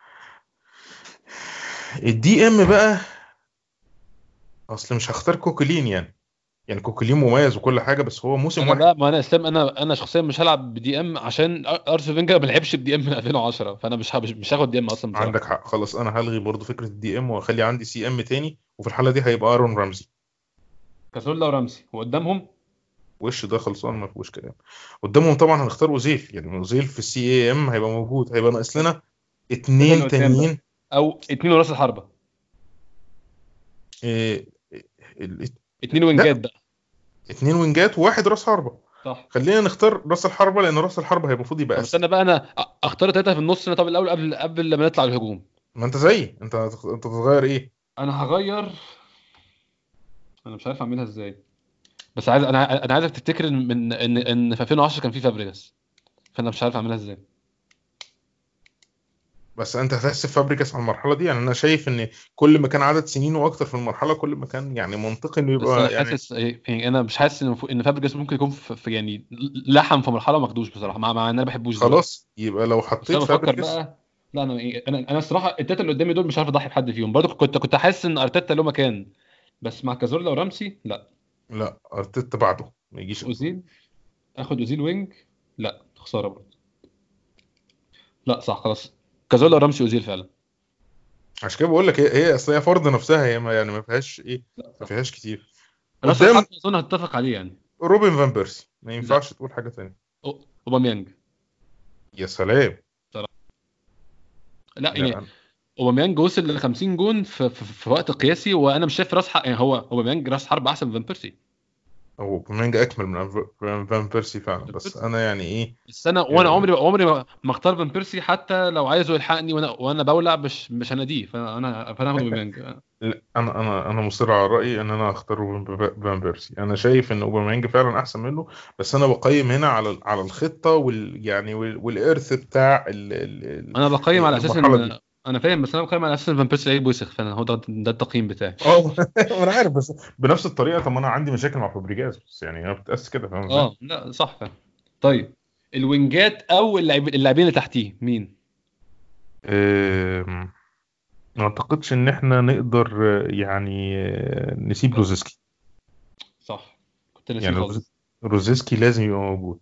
الدي ام بقى اصل مش هختار كوكولين يعني، يعني كوكولين مميز وكل حاجه بس هو موسم انا واحد. بقى ما انا اسلام انا انا شخصيا مش هلعب بدي ام عشان أر- ارسنال فينجر ما لعبش بدي ام من ألفين وعشرة، فانا مش ه- مش هاخد دي ام اصلا بصراحه. عندك حق، خلاص انا هلغي برضو فكره الدي ام واخلي عندي سي ام تاني، وفي الحاله دي هيبقى ارون رامزي. كازولا ورمسي وقدامهم وش ده خلصان ما فيهوش كلام. قدامهم طبعا هنختار اوزيل، يعني اوزيل في السي اي ام هيبقى موجود، هيبقى ناقص لنا الثلاثه اللي اتنين قدام بقى، تانيين. او اتنين وراس الحربه. إيه ال- اتنين وينجات لا بقى. اتنين وينجات وواحد راس حربة. صح. خلينا نختار راس الحربة، لان راس الحربة هي المفروض يبقى طب اسهل. استنى بقى، انا أ- اختار ثلاثه في النص. انا طب الاول قبل قبل لما نطلع الهجوم. ما انت زيي، انت هتخ- انت تتغير ايه؟ انا هغير. انا مش عارف اعملها ازاي، بس عايز انا انا عايزك تفتكر ان من ان ان في ألفين وعشرة كان في فابريجاس، فانا مش عارف اعملها ازاي. بس انت هتحسب فابريكاس على المرحلة دي؟ يعني انا شايف ان كل ما كان عدد سنينه اكتر في المرحلة، كل ما كان يعني منطقي انه بس انا يبقى يعني. حاسس يعني انا مش حاسس ان ان فابريجاس ممكن يكون في, في يعني لحم في مرحله ما ماخدوش بصراحه، مع, مع ان انا ما بحبوش دلوقتي. خلاص يبقى لو بس حطيت انا بفكر فابريكاس. بقى. لا انا إيه، انا انا الصراحه التلاته اللي قدامي دول مش عارف اضحي بحد فيهم. برضه كنت كنت حاسس ان ارتيتا له مكان، بس مع كازورلا ورامسي لا. لا، ارتيتا بعده ما يجيش. اوزيل. اخد اوزيل وينج. لا خساره برضه. لا صح خلاص. كازورلا ورامسي اوزيل فعلا. عشان كده بقول لك، هي هي اصل هي فرض نفسها، هي ما يعني ما فيهاش ايه، لا ما صح. فيهاش كتير. راس الحرب قدام اظن هتتفق عليه يعني. روبن فان بيرسي، ما لا. ينفعش تقول حاجة تانية. أو- اوباميانج. يا سلام. بصراحه. لا يعني. لا أنا- اوباميانج وصل ل خمسين جون في, في, في وقت قياسي، وانا مش شايف راس حرب يعني. هو اوباميانج راس حرب احسن من فان بيرسي. هو بومينج اكمل من أف- من فان بيرسي فعلا، فان بس بيرسي. انا يعني ايه. بس انا وانا آه، عمري عمري ما ما اختار فان بيرسي، حتى لو عايزه يلحقني وانا وانا بولع مش مش هناديه. فانا فانا هاخد اوباميانج. لا، انا انا انا مصر على رايي ان انا اختار روبن ب- فان بيرسي. انا شايف ان اوباميانج فعلا احسن منه، بس انا بقيم هنا على على الخطه وال يعني وال- والارث بتاع ال- ال- انا بقيم ال- على اساس المرحله دي. ان انا فاهم، بس انا بقيم على اساس ان فان بيرسي لعيب وسخ، فانا هو ده, ده التقييم بتاعي. اه ما انا عارف، بس بنفس الطريقه. طب ما انا عندي مشاكل مع فابريجاز، بس يعني انا بتقاس كده، فاهم ازاي؟ اه لا صح فاهم. طيب الوينجات او اللاعب- اللاعبين اللي تحتيه مين؟ أم، ما اعتقدش ان احنا نقدر آه، يعني آه، نسيب اه روزيسكي. صح. كنت ناسيه يعني روز- خالص. روزيسكي لازم يبقى موجود.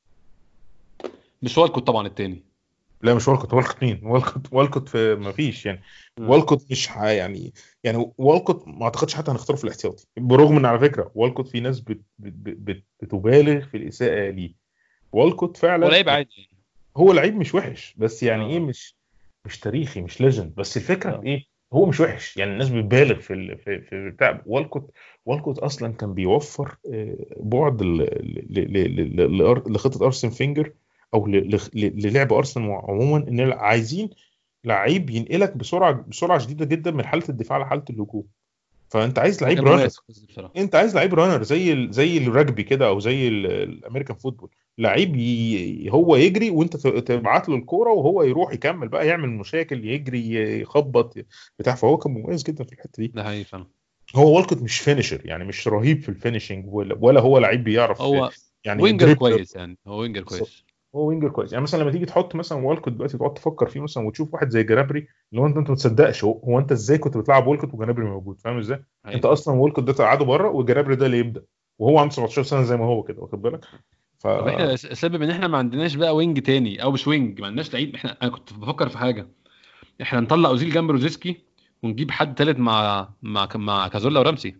مش والكوت طبعا التاني. لا مش والكوت. والكوت مين؟ والكوت والكوت في ما فيش يعني. مم. والكوت مش ح- يعني يعني والكوت ما اعتقدش حتى هنختاره في الاحتياطي، برغم ان على فكره والكوت في ناس بت بت بت بتبالغ في الاساءه ليه. والكوت هو فعلا لعيب عادي يعني. هو لعيب مش وحش، بس يعني ايه، اه مش مش تاريخي، مش ليجند. بس الفكره في اه ايه، هو مش وحش يعني. الناس بتبالغ في ال... في في بتاع والكوت. والكوت اصلا كان بيوفر آه، بعد ل... ل... ل... ل... ل... لخطه ارسن فينجر، او ل... ل... للعب ارسنال عموما، ان عايزين لعيب ينقلك بسرعه بسرعه شديده جدا من حاله الدفاع لحاله الهجوم. فانت عايز هو لعيب كان رانر. مميز في القصة دي بصراحه. انت عايز لعيب رانر زي ال... زي الرجبي كده، او زي ال- الامريكان فوتبول. لعيب ي... هو يجري وانت ت- تبعت له الكوره وهو يروح يكمل بقى، يعمل مشاكل، يجري، يخبط بتاع. فهو كان مميز جدا في الحته دي. ده حقيقي فعلا. هو والكوت مش فينيشر يعني، مش رهيب في الفينيشنج، ولا, ولا هو لعيب بيعرف هو يعني وينجر دريبلر. كويس يعني، هو وينجر بالظبط. كويس. هو وينجر كويس يعني. مثلا لما تيجي تحط مثلا والكوت دلوقتي، تقعد تفكر فيه مثلا وتشوف واحد زي جرابري، اللي هو انت انت ما تصدقش، هو, هو انت ازاي كنت بتلعب والكوت وجرابري موجود؟ فاهم ازاي؟ حقيقي انت فعلا. اصلا والكوت ده تقعده بره، وجرابري ده اللي يبدا، وهو عنده سبعتاشر سنه زي ما هو كده، واخد بالك؟ ف طب احنا س- سبب ان احنا ما عندناش بقى وينج تاني، او مش وينج، ما عندناش لعيب. احنا انا كنت بفكر في حاجه. احنا نطلع اوزيل جنب روزيسكي، ونجيب حد تالت مع مع مع كازولا ورامسي.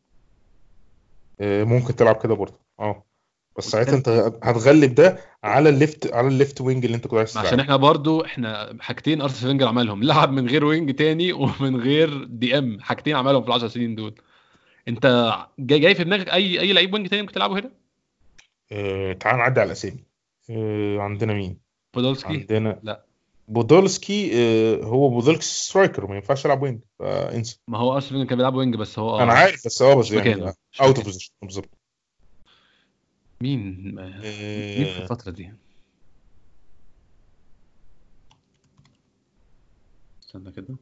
آه، ممكن تلعب كده برضه اه. بس ساعتها والتالت انت مين؟ هتغلب ده على الليفت على الليفت وينج اللي انت كنت عايز عشان تلعبه. احنا برضو احنا حاجتين ارسنال فينجر عملهم، لعب من غير وينج تاني ومن غير دي ام. حاجتين عملهم في العشر سنين دول. انت جاي جاي في دماغك اي اي لعيب وينج تاني ممكن تلعبه هنا؟ آه، تعال نعدي على الاسامي. آه، عندنا مين؟ بودولسكي. عندنا لا. بودولسكي. آه، هو بودولسكي سترايكر، ما ينفعش يلعب وينج، فانسى. ما هو ارسنال فينجر كان بيلعب وينج، بس هو انا اه عارف، بس اه بس مش يعني مكانه مش اوت اوف مكانه. بوزيشن بالظبط. مين؟ مين في آه، الفترة دي؟ استنى كده.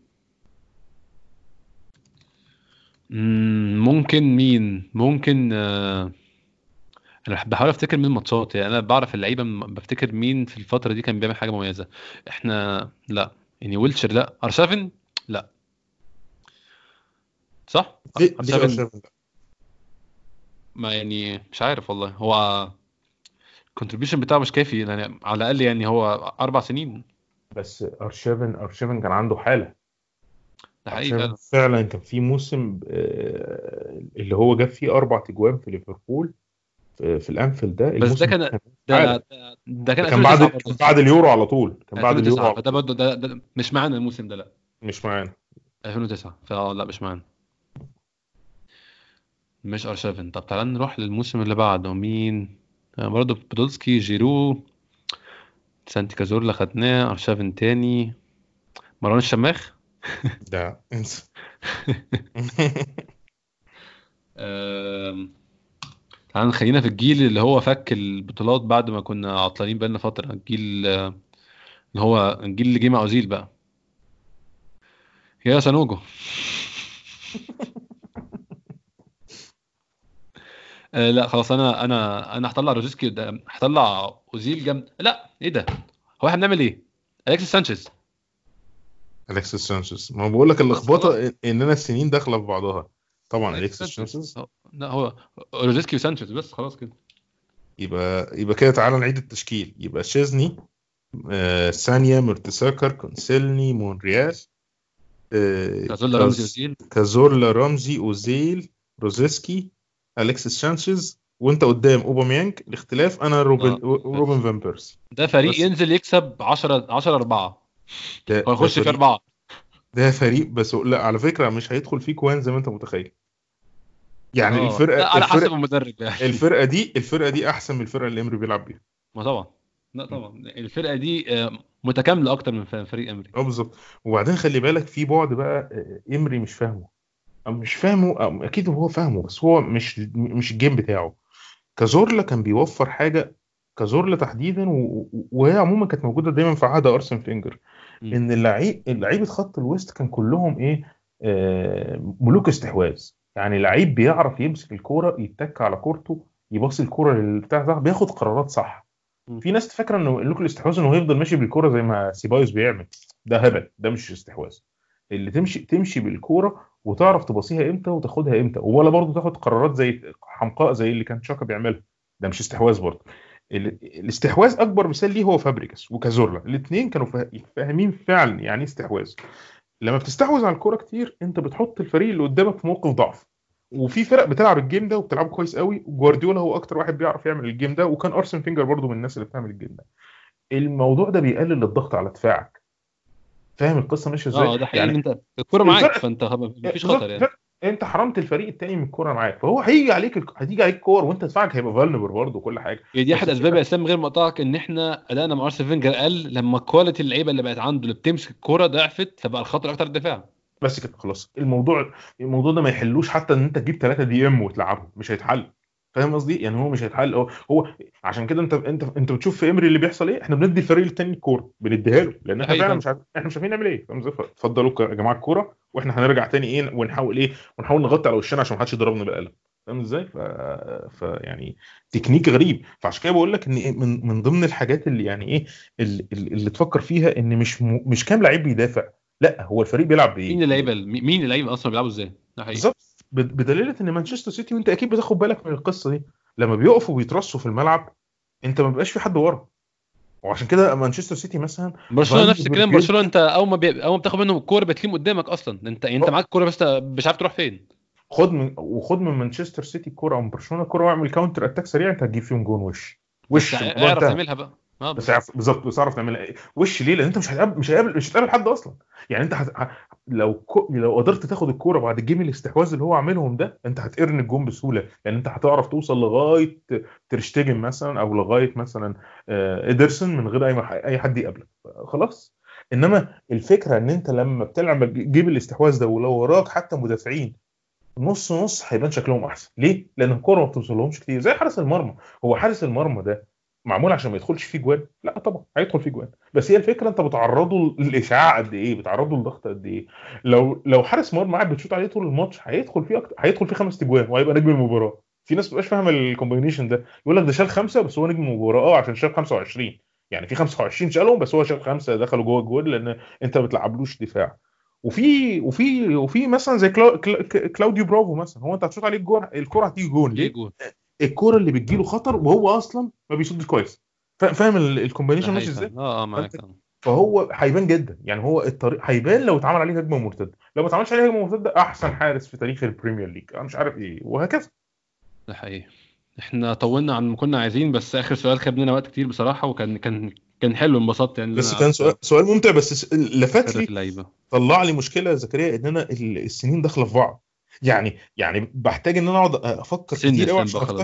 مم، ممكن مين ممكن آه، انا بحاول افتكر مين الماتشات يعني. انا بعرف اللعيبه م- بفتكر مين في الفتره دي كان بيعمل حاجه مميزه. احنا لا. يعني ويلشر لا، ارشافين لا. صح. ليه ليه ارشافين. ارشافن؟ ما يعني مش عارف والله. هو الكونتريبيوشن بتاعه مش كافي يعني، على الاقل يعني هو اربع سنين. بس ارشيفن ارشيفن كان عنده حاله. ده حقيقي ارشيفن فعلا. فعلا كان في موسم آه، اللي هو جاب فيه اربع تجوان في ليفربول، في, في الانفيلد. ده بس ده الموسم ده كان كان ده حاله. ده, ده كان ده كان بعد ألفين وتسعة برضه كان يا اسطى. بعد اليورو على طول، كان بعد اليورو ألفين وتسعة على فده طول. برضه ده, ده مش معانا الموسم ده لا. مش معانا. ألفين وتسعة فاه لا مش معانا. مش ارشافين. طب تعالى نروح للموسم اللي بعده. مين؟ برضه بودولسكي، جيرو، سانتي كازورلا خدناه، ارشافن تاني، مروان الشماخ. ده انسى. آم، تعال خلينا في الجيل اللي هو فك البطولات بعد ما كنا عطلانين بقالنا فترة. الجيل آه، اللي هو الجيل اللي جه مع اوزيل بقى، يا سانوجو. آه لا خلاص، انا انا انا هطلع روزيسكي قدام، هطلع اوزيل جنب. لا ايه ده، هو احنا بنعمل ايه؟ اليكسيس سانشيز. اليكسيس سانشيز، ما بقول لك بس خلاص، اللخبطه إن- اننا السنين داخله في بعضها. طبعا اليكسيس اليكسيس سانشيز. سانشيز. هو- لا هو روزيسكي وسانشيز بس، خلاص كده. يبقى يبقى كده تعالى نعيد التشكيل. يبقى شيزني، آه سانيا، مرتساكر، كونسيلني، مونريال، آه كازولا، رمزي، كاز اوزيل. كازورلا، رمزي، اوزيل، روزيسكي، اليكسيس سانشيز. وانت قدام اوباميانج. الاختلاف انا روبن اه روبن بس فان بيرسي. ده فريق بس ينزل يكسب عشرة عشرة أربعة، ده هو ده يخش في فريق أربعة. ده فريق بس لا، على فكره مش هيدخل فيه كوان زي ما انت متخيل. يعني اه لا، الفرقه على حسب الفرقه المدرب يعني. الفرقه دي الفرقه دي احسن من الفرقه اللي امري بيلعب بيها. ما طبعا، لا طبعا الفرقة دي آه، متكاملة أكتر من فريق أمري. اه بالظبط. وبعدين خلي بالك في بعد بقى، آه، امري مش فاهمه. أو مش فاهمه، أو اكيد هو فاهمه بس هو مش مش الجيم بتاعه. كازورلا كان بيوفر حاجه. كازورلا تحديدا و- و- وهي عموما كانت موجوده دايما في عهد ارسن فينجر. مم. ان اللعيب لعيبه خط الوسط كان كلهم ايه، آه ملوك استحواذ. يعني لعيب بيعرف يمسك الكوره، يتك على كورته، يباصي الكوره للبتاع ده، بياخد قرارات صح. مم. في ناس فاكره انه ملوك الاستحواذ انه هيفضل ماشي بالكوره زي ما سيبايوس بيعمل. ده هبل، ده مش استحواذ. اللي تمشي تمشي بالكوره وتعرف تباصيها امتى وتاخدها امتى، ولا برضه تاخد قرارات زي حمقاء زي اللي كان شاكا بيعملها. ده مش استحواذ برضه. ال- الاستحواذ اكبر مثال ليه هو فابريجاس وكازورلا. الاثنين كانوا فا- فاهمين فعلا يعني ايه استحواذ. لما بتستحوذ على الكوره كتير انت بتحط الفريق اللي قدامك في موقف ضعف. وفي فرق بتلعب الجيم ده وبتلعبه كويس قوي. جوارديولا هو اكتر واحد بيعرف يعمل الجيم ده، وكان ارسن فينجر برضو من الناس اللي بتعمل الجيم ده. الموضوع ده بيقلل الضغط على دفاعك. فاهم القصه ماشيه ازاي اه ده حقيقي، ان يعني؟ انت الكرة معاك الفرق فانت خ- مفيش خطر بالظبط. يعني. الفرق- انت حرمت الفريق التاني من الكوره معاك، فهو هيجي عليك الك- هتيجي عليك كور، وانت دفاعك هيبقى فالنبل برضه وكل حاجه. هي دي بس احد اسباب الفكره يا اسلام من غير ما اقطعك، ان احنا ادائنا مع ارسنال فينجر قل لما كواليتي اللعيبه اللي بقت عنده اللي بتمسك الكوره ضعفت، فبقى الخطر اكتر الدفاع. بس كده خلاص. الموضوع الموضوع ده ما يحلوش حتى ان انت تجيب ثلاثة دي ام وتلعبهم، مش هيتحل. فاهم قصدي؟ يعني هو مش هيتحل. هو هو عشان كده انت انت انت بتشوف في امري اللي بيحصل ايه. احنا بندي الفريق التاني الكوره، بنديها له لان ده احنا حقيقي فعلا فعلا. مش عارف، احنا مش عارفين نعمل ايه. فاهم ازاي؟ اتفضلوا يا جماعه الكوره، واحنا هنرجع تاني ايه ونحاول ايه، ونحاول نغطي على وشنا عشان ما حدش يضربنا بالقلم. فاهم ازاي؟ ف... ف يعني تكنيك غريب. فعشان كده بقول لك ان إيه، من من ضمن الحاجات اللي يعني ايه، اللي, اللي تفكر فيها ان مش م... مش كام لعيب بيدافع. لا، هو الفريق بيلعب مين بايه. اللعيبه مين اللعيبه اصلا بيلعبوا ازاي؟ ده حقيقي. بالظبط. بد- بدليل ان مانشستر سيتي، وانت اكيد بتاخد بالك من القصه دي، لما بيقفوا ويترصوا في الملعب انت ما بيبقاش في حد ورا. وعشان كده مانشستر سيتي مثلا برشلونه نفس فالنبر الكلام، برشلونه جدا. انت اول ما بي... اول ما بتاخد منهم الكوره بتلاقيهم قدامك اصلا، انت انت معاك الكوره بس مش عارف تروح فين. خد من وخد من مانشستر سيتي الكوره او من برشلونه الكوره، واعمل كاونتر اتاك سريع، انت هتجيب فيهم جون وش. بس وش الموضوع اعرف انتهى. تعملها بقى. اه بس بالظبط. عارف بالظبط، بس اعرف تعملها ايه وش ليه، لان انت مش هتقابل مش هتقابل مش هتقابل حد اصلا. يعني انت هت... ه- لو كو... لو قدرت تاخد الكوره بعد الجيم الاستحواذ اللي هو عاملهم ده، انت هتقرن الجون بسهوله، لان انت هتعرف توصل لغايه ترشتجن مثلا، او لغايه مثلا آه، ادرسون من غير اي اي حد يقابلك. خلاص. انما الفكره ان انت لما بتلعب جيب الاستحواذ ده ولو وراك حتى مدافعين نص نص، هيبان شكلهم احسن. ليه؟ لان الكوره ما بتوصلهمش كتير زي حارس المرمى. هو حارس المرمى ده معمول عشان ما يدخلش فيه جوان؟ لا طبعا هيدخل فيه جوان، بس هي الفكره انت بتعرضه للاشعاع قد ايه، بتعرضه للضغط قد ايه. لو لو حارس مرمى قاعد بتشوط عليه طول الماتش، هيدخل فيه أكتر. هيدخل فيه خمس تجوان وهيبقى نجم المباراه. في ناس ما بتبقاش فاهمه الكومبينيشن ده، يقول لك ده شال خمسه بس هو نجم المباراه. اه عشان شال خمسة وعشرين. يعني في خمسة وعشرين شالهم بس هو شال خمسه دخلوا جوه الجول، لان انت ما بتلعبلوش دفاع. وفي وفي وفي مثلا زي كلا... كلا... كلاوديو برافو مثلا، هو انت هتشوط عليه الجون الكره هتيجي جون ليه ليه؟ جول؟ الكره اللي بتجيله خطر وهو اصلا ما بيصدش كويس. فا- فاهم ال- ده الكومبينيشن حقيقي ماشي ازاي؟ فعلا. اه اه فانت معاك اه. فهو هيبان جدا. يعني هو الطريق هيبان لو اتعمل عليه هجمه مرتده. لو ما اتعملش عليه هجمه مرتده، احسن حارس في تاريخ البريمير ليج، انا مش عارف ايه، وهكذا. ده حقيقي. احنا طولنا عن ما كنا عايزين، بس اخر سؤال خد مننا وقت كتير بصراحه، وكان كان كان حلو، انبسطت يعني ان انا بس كان سؤال قعدت سؤال ممتع. بس س- لفت اكرر في لي، اللعيبه. طلع لي مشكله يا زكريا، ان انا ال- السنين داخله في بعض. يعني يعني بحتاج ان انا اقعد افكر سن كتير قوي اسلام عشان بقى خلاص. افتكر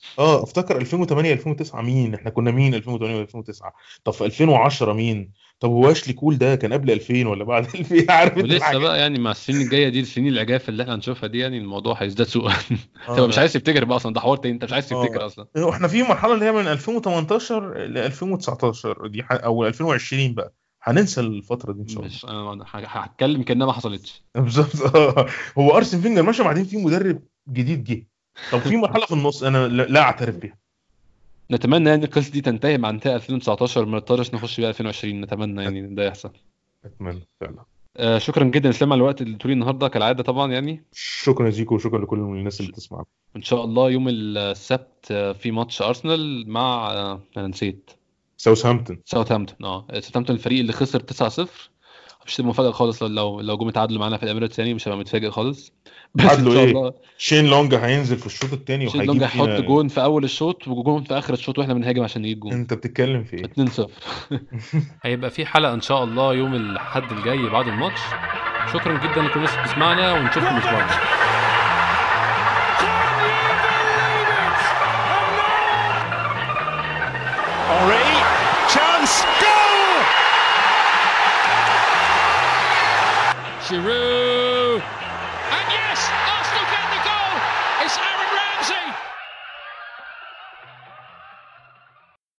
اه افتكر ألفين وثمانية ألفين وتسعة مين احنا كنا مين ألفين وثمانية ألفين وتسعة. طب في ألفين وعشرة مين؟ طب هو اشلي كول ده كان قبل ألفين ولا بعد ألفين؟ عارف انت ولسه الحاجات. بقى يعني مع السنين الجايه دي، السنين العجاف اللي احنا هنشوفها دي، يعني الموضوع هيزداد سوءا. اه تبقى مش لا. عايز تفتكر بقى اصلا، ده حوار تاني، انت مش عايز تفتكر اه اصلا. احنا في مرحله اللي هي من ألفين وتمنتاشر ل ألفين وتسعتاشر دي ح... او ألفين وعشرين بقى، هننسى الفتره دي ان شاء الله. مش انا ه- هتكلم كانها ما حصلتش. بالظبط اه. هو ارسن فينجر ماشي، بعدين في مدرب جديد جه. طب في مرحله في النص انا لا لا اعترف بيها. نتمنى يعني القصه دي تنتهي مع انتهاء ألفين وتسعتاشر، ما نضطرش نخش بيها ألفين وعشرين، نتمنى يعني ده يحصل. اتمنى فعلا. آه شكرا جدا اسلام على الوقت اللي طولي النهارده كالعاده طبعا يعني. شكرا يا زيكو، وشكرا لكل الناس اللي بتسمع. ان شاء الله يوم السبت آه، في ماتش ارسنال مع آه، انا نسيت. ساوثهامبتون. ساوثهامبتون. اه ساوثهامبتون الفريق اللي خسر تسعة صفر. مش هتبقى مفاجاه خالص لو لو لو جم اتعادلوا معانا في الاميريتس، يعني مش هبقى متفاجئ خالص. بس ان تعادلوا شاء ايه؟ الله. شين لونج هينزل في الشوط الثاني شين لونج وهيجيب هيحط فينا. جون في اول الشوط وجون في اخر الشوط واحنا بنهاجم عشان نجيب جون. انت بتتكلم في ايه؟ اتنين صفر. هيبقى في حلقه ان شاء الله يوم الاحد الجاي بعد الماتش. شكرا جدا لكل الناس اللي بتسمعنا، ونشوفكم الاسبوع الجاي. Henri, chance, goal! Giroud.